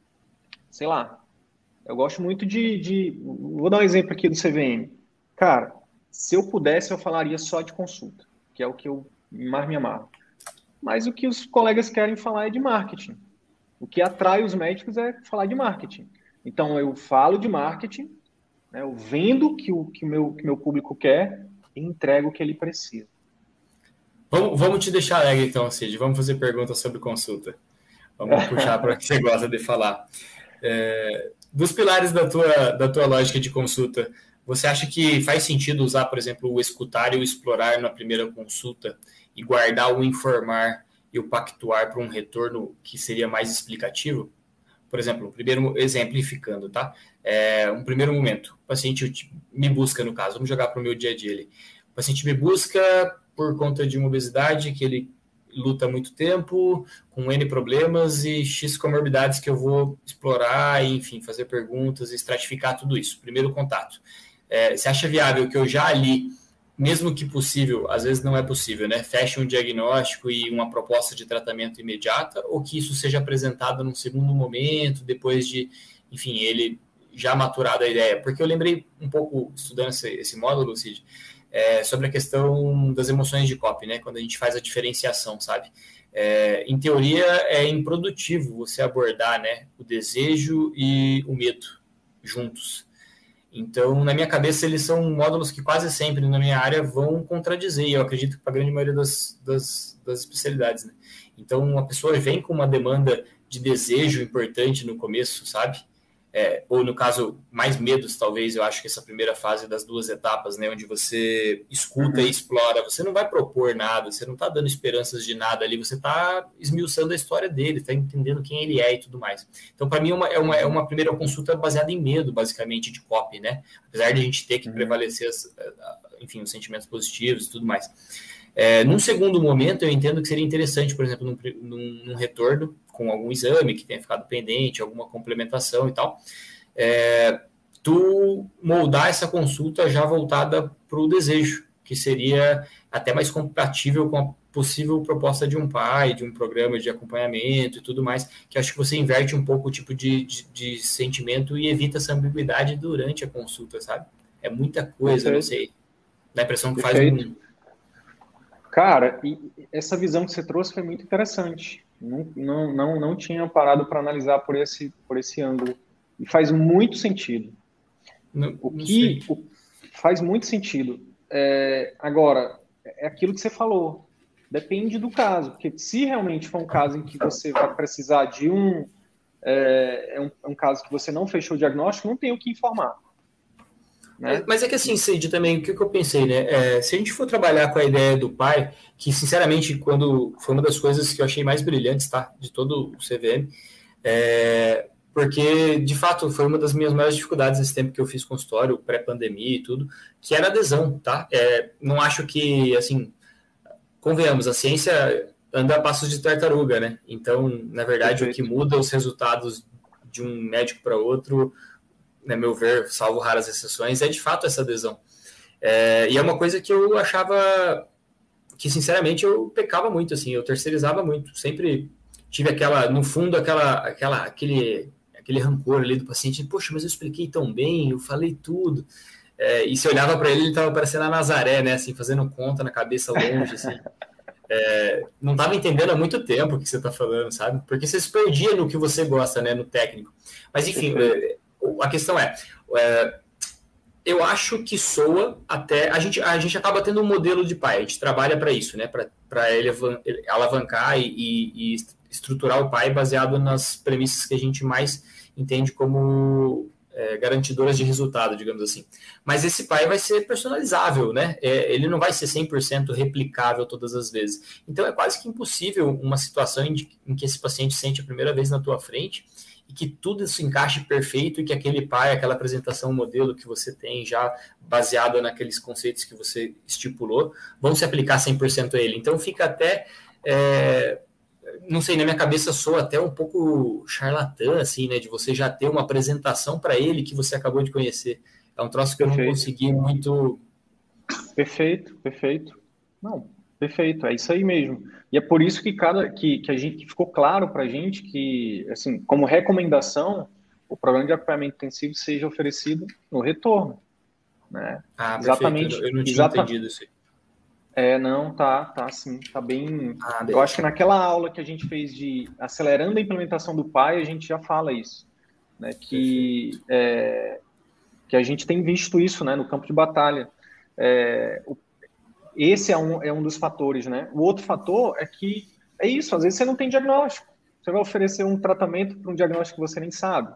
sei lá, eu gosto muito de, de, vou dar um exemplo aqui do C V M. Cara, se eu pudesse, eu falaria só de consulta, que é o que eu mais me amarro. Mas o que os colegas querem falar é de marketing. O que atrai os médicos é falar de marketing. Então, eu falo de marketing, né, eu vendo o que o que meu, que meu público quer e entrego o que ele precisa. Vamos, vamos te deixar alegre, então, Cid. Vamos fazer perguntas sobre consulta. Vamos puxar para o que você gosta de falar. É, dos pilares da tua, da tua lógica de consulta, você acha que faz sentido usar, por exemplo, o escutar e o explorar na primeira consulta e guardar o informar e o pactuar para um retorno que seria mais explicativo? Por exemplo, primeiro exemplificando, tá? É, um primeiro momento, o paciente me busca, no caso, vamos jogar para o meu dia a dia ali. O paciente me busca por conta de uma obesidade que ele luta há muito tempo, com N problemas e X comorbidades que eu vou explorar e, enfim, fazer perguntas e estratificar tudo isso. Primeiro contato. É, você acha viável que eu já ali, mesmo que possível, às vezes não é possível, né? Feche um diagnóstico e uma proposta de tratamento imediata, ou que isso seja apresentado num segundo momento, depois de, enfim, ele já maturado a ideia? Porque eu lembrei um pouco, estudando esse, esse módulo, Cid, é, sobre a questão das emoções de copy, né? Quando a gente faz a diferenciação, sabe? É, em teoria, é improdutivo você abordar, né, o desejo e o medo juntos. Então, na minha cabeça, eles são módulos que quase sempre, na minha área, vão contradizer, e eu acredito que para a grande maioria das, das, das especialidades, né? Então, a pessoa vem com uma demanda de desejo importante no começo, sabe? É, ou, no caso, mais medos, talvez, eu acho que essa primeira fase das duas etapas, né, onde você escuta uhum. e explora, você não vai propor nada, você não está dando esperanças de nada ali, você está esmiuçando a história dele, está entendendo quem ele é e tudo mais. Então, para mim, uma, é, uma, é uma primeira consulta baseada em medo, basicamente, de copy, né? Apesar de a gente ter que uhum. prevalecer, as, enfim, os sentimentos positivos e tudo mais. É, num segundo momento, eu entendo que seria interessante, por exemplo, num, num, num retorno com algum exame que tenha ficado pendente, alguma complementação e tal, é, tu moldar essa consulta já voltada para o desejo, que seria até mais compatível com a possível proposta de um pai, de um programa de acompanhamento e tudo mais, que acho que você inverte um pouco o tipo de, de, de sentimento e evita essa ambiguidade durante a consulta, sabe? É muita coisa, Perfeito. Não sei. Dá a impressão que Perfeito. faz um... Cara, e essa visão que você trouxe foi muito interessante. Não, não, não, não tinha parado para analisar por esse, por esse ângulo. E faz muito sentido. Não, o que o, faz muito sentido. É, agora, é aquilo que você falou. Depende do caso. Porque se realmente for um caso em que você vai precisar de um... É, é um, é um caso que você não fechou o diagnóstico, não tem o que informar. Né? Mas é que assim, Cid, também, o que eu pensei, né? É, se a gente for trabalhar com a ideia do pai, que sinceramente, quando foi uma das coisas que eu achei mais brilhantes, tá? De todo o C V M, é, porque, de fato, foi uma das minhas maiores dificuldades nesse tempo que eu fiz consultório, pré-pandemia e tudo, que era adesão, tá? É, não acho que, assim, convenhamos, a ciência anda a passos de tartaruga, né? Então, na verdade, Perfeito. O que muda os resultados de um médico para outro, na meu ver, salvo raras exceções, é de fato essa adesão. É, e é uma coisa que eu achava que, sinceramente, eu pecava muito, assim, eu terceirizava muito, sempre tive aquela, no fundo, aquela, aquela, aquele, aquele rancor ali do paciente, poxa, mas eu expliquei tão bem, eu falei tudo, é, e se olhava para ele, ele estava parecendo a Nazaré, né, assim, fazendo conta na cabeça longe, assim, é, não estava entendendo há muito tempo o que você está falando, sabe, porque você se perdia no que você gosta, né, no técnico, mas enfim, é, a questão é, é, eu acho que soa até... A gente, a gente acaba tendo um modelo de pai, a gente trabalha para isso, né? Para ele alavancar e, e, e estruturar o pai baseado nas premissas que a gente mais entende como é, garantidoras de resultado, digamos assim. Mas esse pai vai ser personalizável, né? É, ele não vai ser cem por cento replicável todas as vezes. Então é quase que impossível uma situação em, de, em que esse paciente sente a primeira vez na tua frente e que tudo isso encaixe perfeito e que aquele pai, aquela apresentação modelo que você tem já baseada naqueles conceitos que você estipulou, vão se aplicar cem por cento a ele. Então fica até, é, não sei, na minha cabeça soa até um pouco charlatã, assim, né, de você já ter uma apresentação para ele que você acabou de conhecer. É um troço que perfeito. Eu não consegui muito... Perfeito, perfeito. Não, perfeito, é isso aí mesmo. E é por isso que, cada, que, que, a gente, que ficou claro para a gente que, assim, como recomendação, o programa de acompanhamento intensivo seja oferecido no retorno. Né? Ah, exatamente. Perfeito. Eu não tinha exata... entendido isso aí. É, não, tá, tá sim, tá bem... Ah, eu acho que naquela aula que a gente fez de acelerando a implementação do P A I, a gente já fala isso, né? Que, é, que a gente tem visto isso, né, no campo de batalha. É, o Esse é um, é um dos fatores, né? O outro fator é que é isso, às vezes você não tem diagnóstico. Você vai oferecer um tratamento para um diagnóstico que você nem sabe.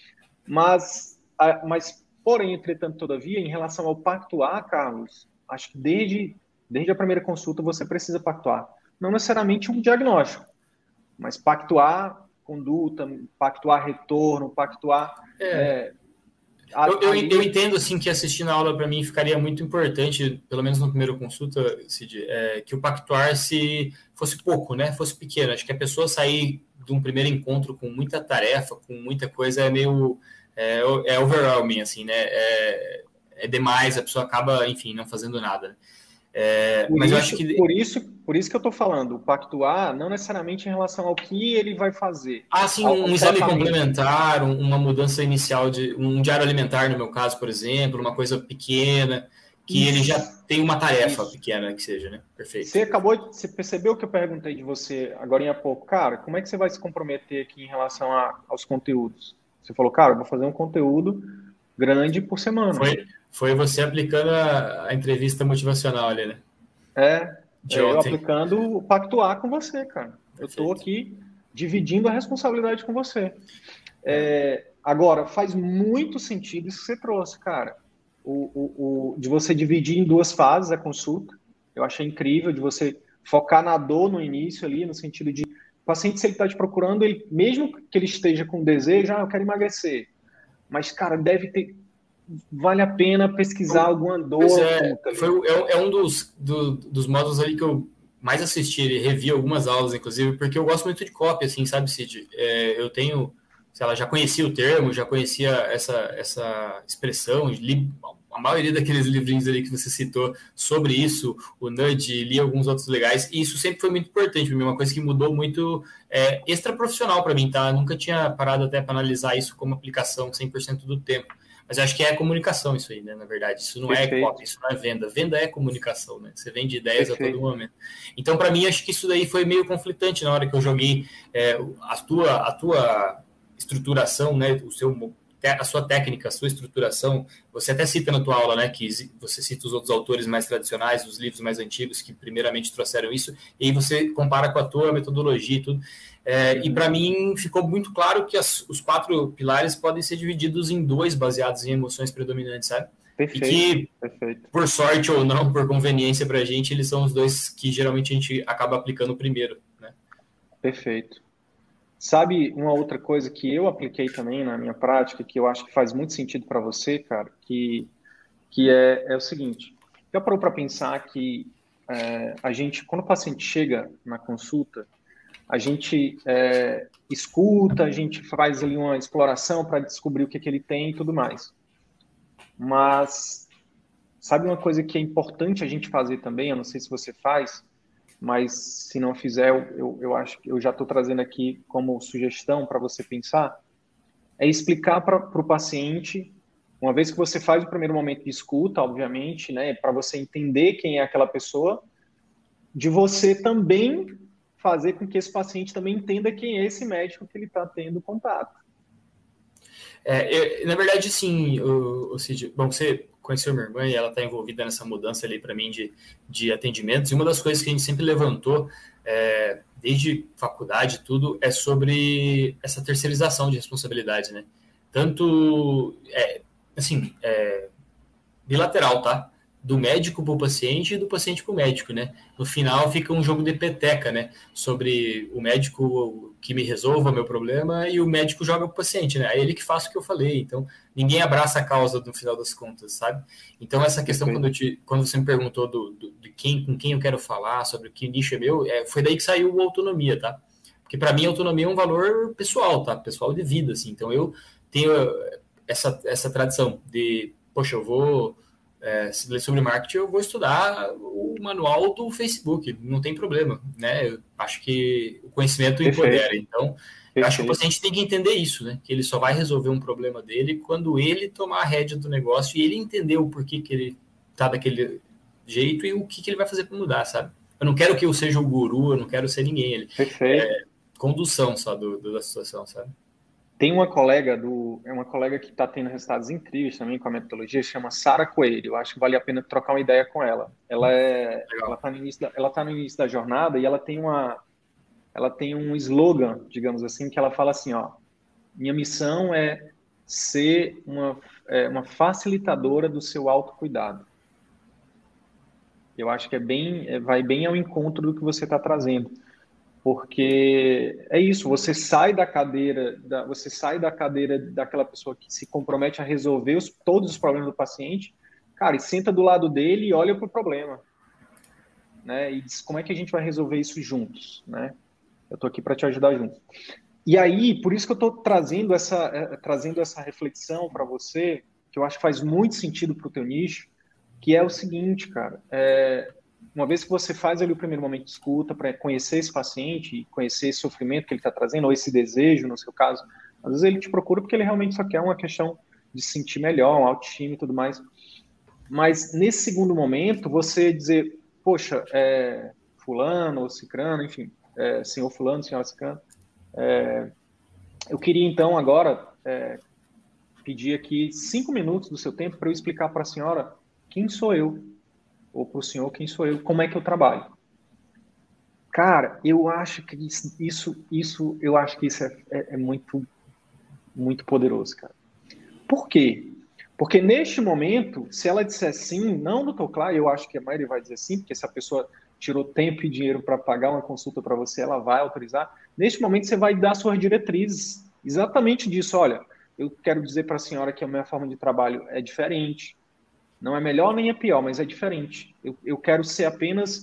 Mas, mas, porém, entretanto, todavia, em relação ao pactuar, Carlos, acho que desde, desde a primeira consulta você precisa pactuar. Não necessariamente um diagnóstico, mas pactuar conduta, pactuar retorno, pactuar... É. É, Eu, eu, eu entendo, assim, que assistindo a aula para mim ficaria muito importante, pelo menos na primeira consulta, Cid, é, que o pactuar se fosse pouco, né? Fosse pequeno. Acho que a pessoa sair de um primeiro encontro com muita tarefa, com muita coisa, é meio... É, é overwhelming, assim, né? É, é demais, a pessoa acaba, enfim, não fazendo nada. É, por mas isso, eu acho que... Por isso, por isso que eu estou falando, o pactuar não necessariamente em relação ao que ele vai fazer. Ah, sim, um exame complementar, uma mudança inicial, de um diário alimentar, no meu caso, por exemplo, uma coisa pequena, que isso. Ele já tem uma tarefa isso. pequena que seja, né? Perfeito. Você acabou, de, você percebeu que eu perguntei de você agora há pouco, cara, como é que você vai se comprometer aqui em relação a, aos conteúdos? Você falou, cara, eu vou fazer um conteúdo grande por semana. Foi, foi você aplicando a, a entrevista motivacional ali, né? É, de eu ontem. Aplicando o pactuar com você, cara. Perfeito. Eu estou aqui dividindo a responsabilidade com você. É, agora, faz muito sentido isso que você trouxe, cara. O, o, o, de você dividir em duas fases a consulta. Eu achei incrível de você focar na dor no início ali, no sentido de o paciente, se ele está te procurando, ele, mesmo que ele esteja com desejo, ah, eu quero emagrecer. Mas, cara, deve ter... Vale a pena pesquisar alguma dor. É, foi, é, é um dos, do, dos módulos ali que eu mais assisti, revi algumas aulas, inclusive, porque eu gosto muito de cópia, assim, sabe, Cid? É, eu tenho se ela já conhecia o termo, já conhecia essa, essa expressão, li a maioria daqueles livrinhos ali que você citou sobre isso, o Nudge, li alguns outros legais, e isso sempre foi muito importante para mim, uma coisa que mudou muito, é, extra-profissional para mim, tá? Eu nunca tinha parado até para analisar isso como aplicação cem por cento do tempo, mas acho que é comunicação isso aí, né, na verdade, isso não Perfeito. é copy, isso não é venda, venda é comunicação, né, você vende ideias Perfeito. a todo momento. Então, para mim, acho que isso daí foi meio conflitante na hora que eu joguei é, a tua, a tua estruturação, né, o seu... a sua técnica, a sua estruturação, você até cita na tua aula, né, que você cita os outros autores mais tradicionais, os livros mais antigos que primeiramente trouxeram isso, e aí você compara com a tua metodologia e tudo. É, e para mim ficou muito claro que as, os quatro pilares podem ser divididos em dois, baseados em emoções predominantes, sabe? Perfeito, e que, perfeito. por sorte ou não, por conveniência para a gente, eles são os dois que geralmente a gente acaba aplicando primeiro, né? Perfeito. Sabe uma outra coisa que eu apliquei também na minha prática, que eu acho que faz muito sentido para você, cara, que, que é, é o seguinte, já parou para pensar que é, a gente, quando o paciente chega na consulta, a gente é, escuta, a gente faz ali uma exploração para descobrir o que, que ele tem e tudo mais. Mas sabe uma coisa que é importante a gente fazer também, eu não sei se você faz, mas se não fizer, eu, eu acho que eu já estou trazendo aqui como sugestão para você pensar, é explicar para o paciente, uma vez que você faz o primeiro momento de escuta, obviamente, né, para você entender quem é aquela pessoa, de você também fazer com que esse paciente também entenda quem é esse médico que ele está tendo contato. É, eu, na verdade, sim, o, o Cid, bom, você conheceu minha irmã e ela está envolvida nessa mudança ali para mim de, de atendimentos, e uma das coisas que a gente sempre levantou, é, desde faculdade tudo, é sobre essa terceirização de responsabilidade, né? Tanto, é, assim, é, bilateral, tá? Do médico para o paciente e do paciente para o médico, né? No final fica um jogo de peteca, né? Sobre o médico que me resolva meu problema e o médico joga para o paciente, né? É ele que faz o que eu falei. Então, ninguém abraça a causa no final das contas, sabe? Então, essa questão, quando, eu te, quando você me perguntou do, do, de quem, com quem eu quero falar, sobre que nicho é meu, é, foi daí que saiu a autonomia, tá? Porque, para mim, a autonomia é um valor pessoal, tá? Pessoal de vida, assim. Então, eu tenho essa, essa tradição de, poxa, eu vou... É, se ler sobre marketing, eu vou estudar o manual do Facebook, não tem problema, né? Eu acho que o conhecimento Perfeito. empodera, então Perfeito. eu acho que o paciente tem que entender isso, né? Que ele só vai resolver um problema dele quando ele tomar a rédea do negócio e ele entender o porquê que ele tá daquele jeito e o que, que ele vai fazer para mudar, sabe? Eu não quero que eu seja o guru, eu não quero ser ninguém, ele Perfeito. é condução só do, do, da situação, sabe? Tem uma colega do, é uma colega que está tendo resultados incríveis também com a metodologia, chama Sara Coelho. Eu acho que vale a pena trocar uma ideia com ela. Ela é, Legal. ela está no início da, ela tá no início da jornada e ela tem uma, ela tem um slogan, digamos assim, que ela fala assim, ó, minha missão é ser uma, é, uma facilitadora do seu autocuidado. Eu acho que é bem, é, vai bem ao encontro do que você está trazendo. Porque é isso, você sai da cadeira, da, você sai da cadeira daquela pessoa que se compromete a resolver os, todos os problemas do paciente, cara, e senta do lado dele e olha para o problema, né? E diz, como é que a gente vai resolver isso juntos, né? Eu estou aqui para te ajudar juntos. E aí, por isso que eu estou trazendo essa, é, trazendo essa reflexão para você, que eu acho que faz muito sentido para o teu nicho, que é o seguinte, cara, é... uma vez que você faz ali o primeiro momento de escuta para conhecer esse paciente e conhecer esse sofrimento que ele está trazendo, ou esse desejo, no seu caso, às vezes ele te procura porque ele realmente só quer uma questão de se sentir melhor, um autoestima e tudo mais. Mas nesse segundo momento, você dizer, poxa, é, fulano ou cicrano, enfim, é, senhor fulano, senhora cicrano, é, eu queria então agora é, pedir aqui cinco minutos do seu tempo para eu explicar para a senhora quem sou eu, ou para o senhor, quem sou eu, como é que eu trabalho. Cara, eu acho que isso, isso, eu acho que isso é, é, é muito, muito poderoso, cara. Por quê? Porque neste momento, se ela disser sim, não, doutor Clay, eu acho que a maioria vai dizer sim, porque se a pessoa tirou tempo e dinheiro para pagar uma consulta para você, ela vai autorizar. Neste momento, você vai dar suas diretrizes, exatamente disso. Olha, eu quero dizer para a senhora que a minha forma de trabalho é diferente. Não é melhor nem é pior, mas é diferente. Eu, eu quero ser apenas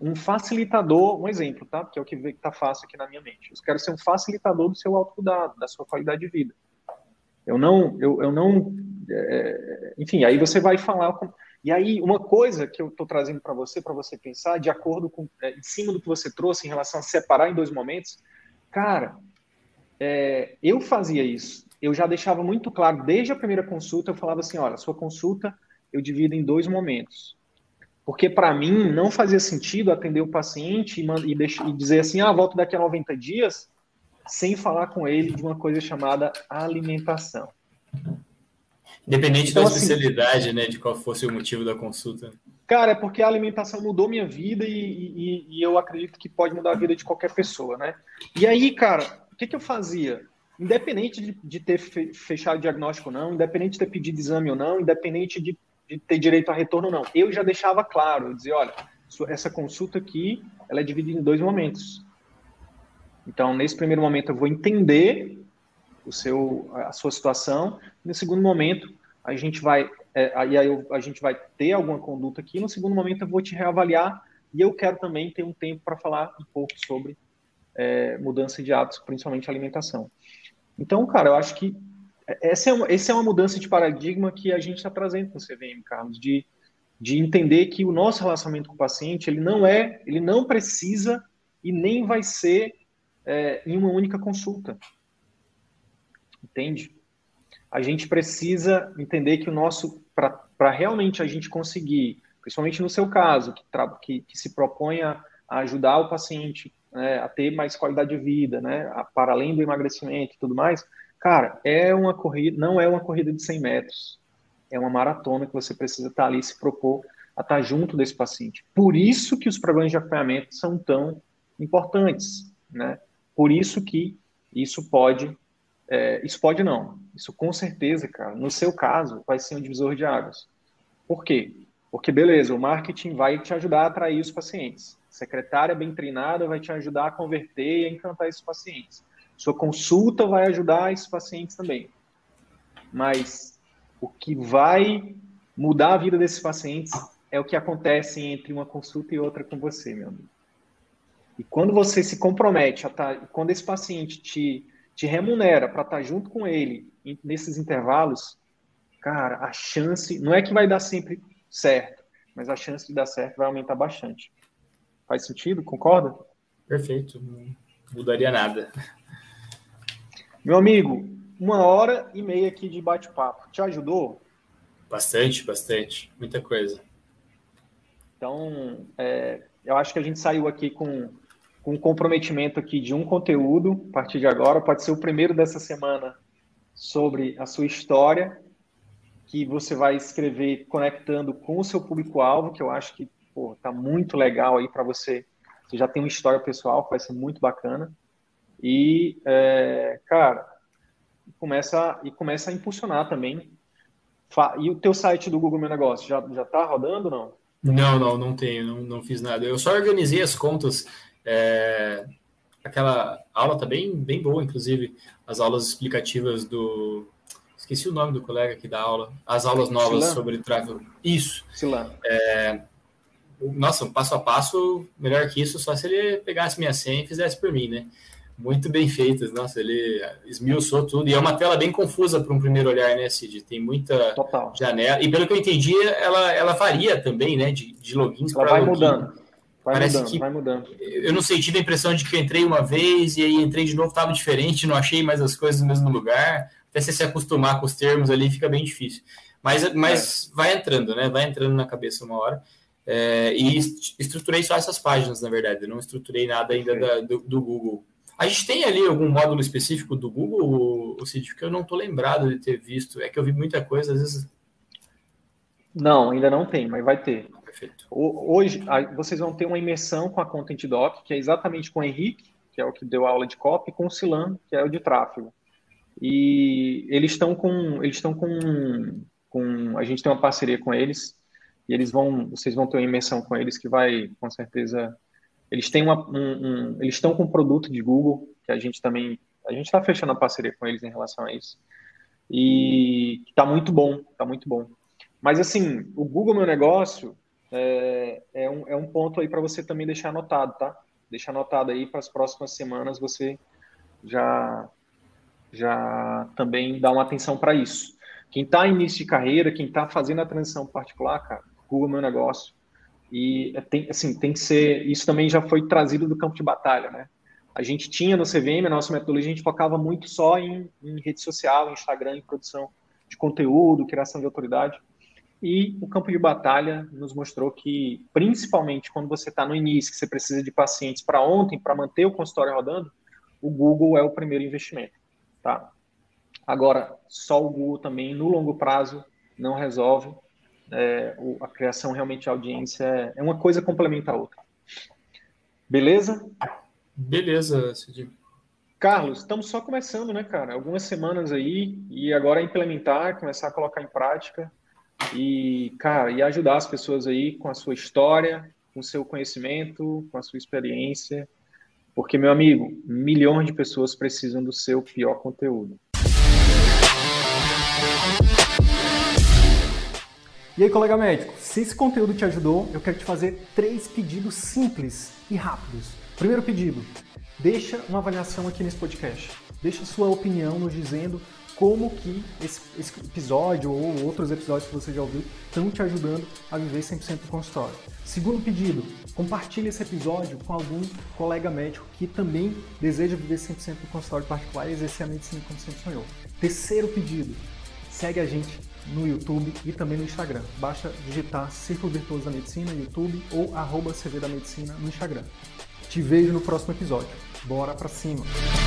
um facilitador, um exemplo, tá? Porque é o que está fácil aqui na minha mente. Eu quero ser um facilitador do seu autocuidado, da sua qualidade de vida. Eu não, eu, eu não, é, enfim, aí você vai falar. Com, e aí uma coisa que eu estou trazendo para você, para você pensar, de acordo com, é, em cima do que você trouxe em relação a separar em dois momentos, cara, é, eu fazia isso. Eu já deixava muito claro desde a primeira consulta, eu falava assim, olha, sua consulta eu divido em dois momentos. Porque, para mim, não fazia sentido atender o paciente e, e, deixar, e dizer assim, ah, volto daqui a noventa dias, sem falar com ele de uma coisa chamada alimentação. Independente então, da assim, especialidade, né, de qual fosse o motivo da consulta. Cara, é porque a alimentação mudou minha vida e, e, e eu acredito que pode mudar a vida de qualquer pessoa, né? E aí, cara, o que, que eu fazia? Independente de, de ter fechado o diagnóstico ou não, independente de ter pedido exame ou não, independente de de ter direito a retorno ou não. Eu já deixava claro, eu dizia, olha, essa consulta aqui, ela é dividida em dois momentos. Então, nesse primeiro momento, eu vou entender o seu, a sua situação. No segundo momento, a gente vai, é, aí eu, a gente vai ter alguma conduta aqui. No segundo momento, eu vou te reavaliar e eu quero também ter um tempo para falar um pouco sobre é, mudança de hábitos, principalmente alimentação. Então, cara, eu acho que Essa é, uma, essa é uma mudança de paradigma que a gente está trazendo com o C V M, Carlos, de, de entender que o nosso relacionamento com o paciente, ele não é, ele não precisa e nem vai ser é, em uma única consulta. Entende? A gente precisa entender que o nosso, para realmente a gente conseguir, principalmente no seu caso, que, que, que se propõe a, a ajudar o paciente, né, a ter mais qualidade de vida, né, a, para além do emagrecimento e tudo mais, cara, é uma corrida, não é uma corrida de cem metros. É uma maratona que você precisa estar ali, se propor a estar junto desse paciente. Por isso que os programas de acompanhamento são tão importantes, né? Por isso que isso pode, é, isso pode não, isso com certeza, cara, no seu caso, vai ser um divisor de águas. Por quê? Porque, beleza, o marketing vai te ajudar a atrair os pacientes. A secretária bem treinada vai te ajudar a converter e a encantar esses pacientes. Sua consulta vai ajudar esses pacientes também. Mas o que vai mudar a vida desses pacientes é o que acontece entre uma consulta e outra com você, meu amigo. E quando você se compromete, a tá, quando esse paciente te, te remunera para estar junto com ele nesses intervalos, cara, a chance, não é que vai dar sempre certo, mas a chance de dar certo vai aumentar bastante. Faz sentido? Concorda? Perfeito. Não mudaria nada. Meu amigo, uma hora e meia aqui de bate-papo. Te ajudou? Bastante, bastante. Muita coisa. Então, é, eu acho que a gente saiu aqui com, com um comprometimento aqui de um conteúdo, a partir de agora. Pode ser o primeiro dessa semana sobre a sua história, que você vai escrever conectando com o seu público-alvo, que eu acho que pô, tá muito legal aí para você. Você já tem uma história pessoal que vai ser muito bacana. E, é, cara, começa, e começa a impulsionar também. E o teu site do Google Meu Negócio, já, já tá rodando ou não? Não, não, não tenho, não, não fiz nada. Eu só organizei as contas. É, aquela aula tá bem, bem boa, inclusive, as aulas explicativas do... Esqueci o nome do colega que dá aula. As aulas novas Silan. sobre tráfego. Isso. Silan. É, nossa, passo a passo, melhor que isso, só se ele pegasse minha senha e fizesse por mim, né? Muito bem feitas, nossa, ele esmiuçou tudo, e é uma tela bem confusa para um primeiro olhar, né, Cid? Tem muita Total. janela, e pelo que eu entendi, ela, ela varia também, né, de, de logins para login. Vai login. mudando, vai Parece mudando, que, vai mudando. Eu não sei, tive a impressão de que eu entrei uma vez, e aí entrei de novo, estava diferente, não achei mais as coisas no mesmo lugar, até você se acostumar com os termos ali, fica bem difícil. Mas, mas é. vai entrando, né, vai entrando na cabeça uma hora. É, e estruturei só essas páginas, na verdade, eu não estruturei nada ainda da, do, do Google. A gente tem ali algum módulo específico do Google, o Cid, que eu não estou lembrado de ter visto. É que eu vi muita coisa, às vezes... Não, ainda não tem, mas vai ter. Perfeito. Hoje, vocês vão ter uma imersão com a Content Doc, que é exatamente com o Henrique, que é o que deu aula de copy, e com o Silan, que é o de tráfego. E eles estão com... Eles estão com, com... A gente tem uma parceria com eles, e eles vão... Vocês vão ter uma imersão com eles que vai, com certeza... Eles têm uma, um, um, eles estão com um produto de Google, que a gente também, a gente está fechando a parceria com eles em relação a isso. E está muito bom, está muito bom. Mas assim, o Google Meu Negócio, é, é, um, é um ponto aí para você também deixar anotado, tá? Deixar anotado aí para as próximas semanas você já, já também dá uma atenção para isso. Quem está em início de carreira, quem está fazendo a transição particular, cara, Google é meu negócio. E tem, assim, tem que ser... Isso também já foi trazido do campo de batalha, né? A gente tinha no C V M, a nossa metodologia, a gente focava muito só em, em rede social, em Instagram, em produção de conteúdo, criação de autoridade. E o campo de batalha nos mostrou que, principalmente quando você está no início, que você precisa de pacientes para ontem, para manter o consultório rodando, o Google é o primeiro investimento, tá? Agora, só o Google também, no longo prazo, não resolve. É, a criação realmente de audiência é uma coisa complementa a outra. Beleza? Beleza, Cid. Carlos, estamos só começando, né, cara? Algumas semanas aí, e agora é implementar, começar a colocar em prática e, cara, e ajudar as pessoas aí com a sua história, com o seu conhecimento, com a sua experiência, porque, meu amigo, milhões de pessoas precisam do seu pior conteúdo. E aí, colega médico, se esse conteúdo te ajudou, eu quero te fazer três pedidos simples e rápidos. Primeiro pedido, deixa uma avaliação aqui nesse podcast. Deixa sua opinião nos dizendo como que esse, esse episódio ou outros episódios que você já ouviu estão te ajudando a viver cem por cento do consultório. Segundo pedido, compartilhe esse episódio com algum colega médico que também deseja viver cem por cento do consultório particular e exercer a medicina como sempre sonhou. Terceiro pedido, segue a gente no YouTube e também no Instagram. Basta digitar Círculo Virtuoso da Medicina no YouTube ou arroba C V da Medicina no Instagram. Te vejo no próximo episódio. Bora pra cima!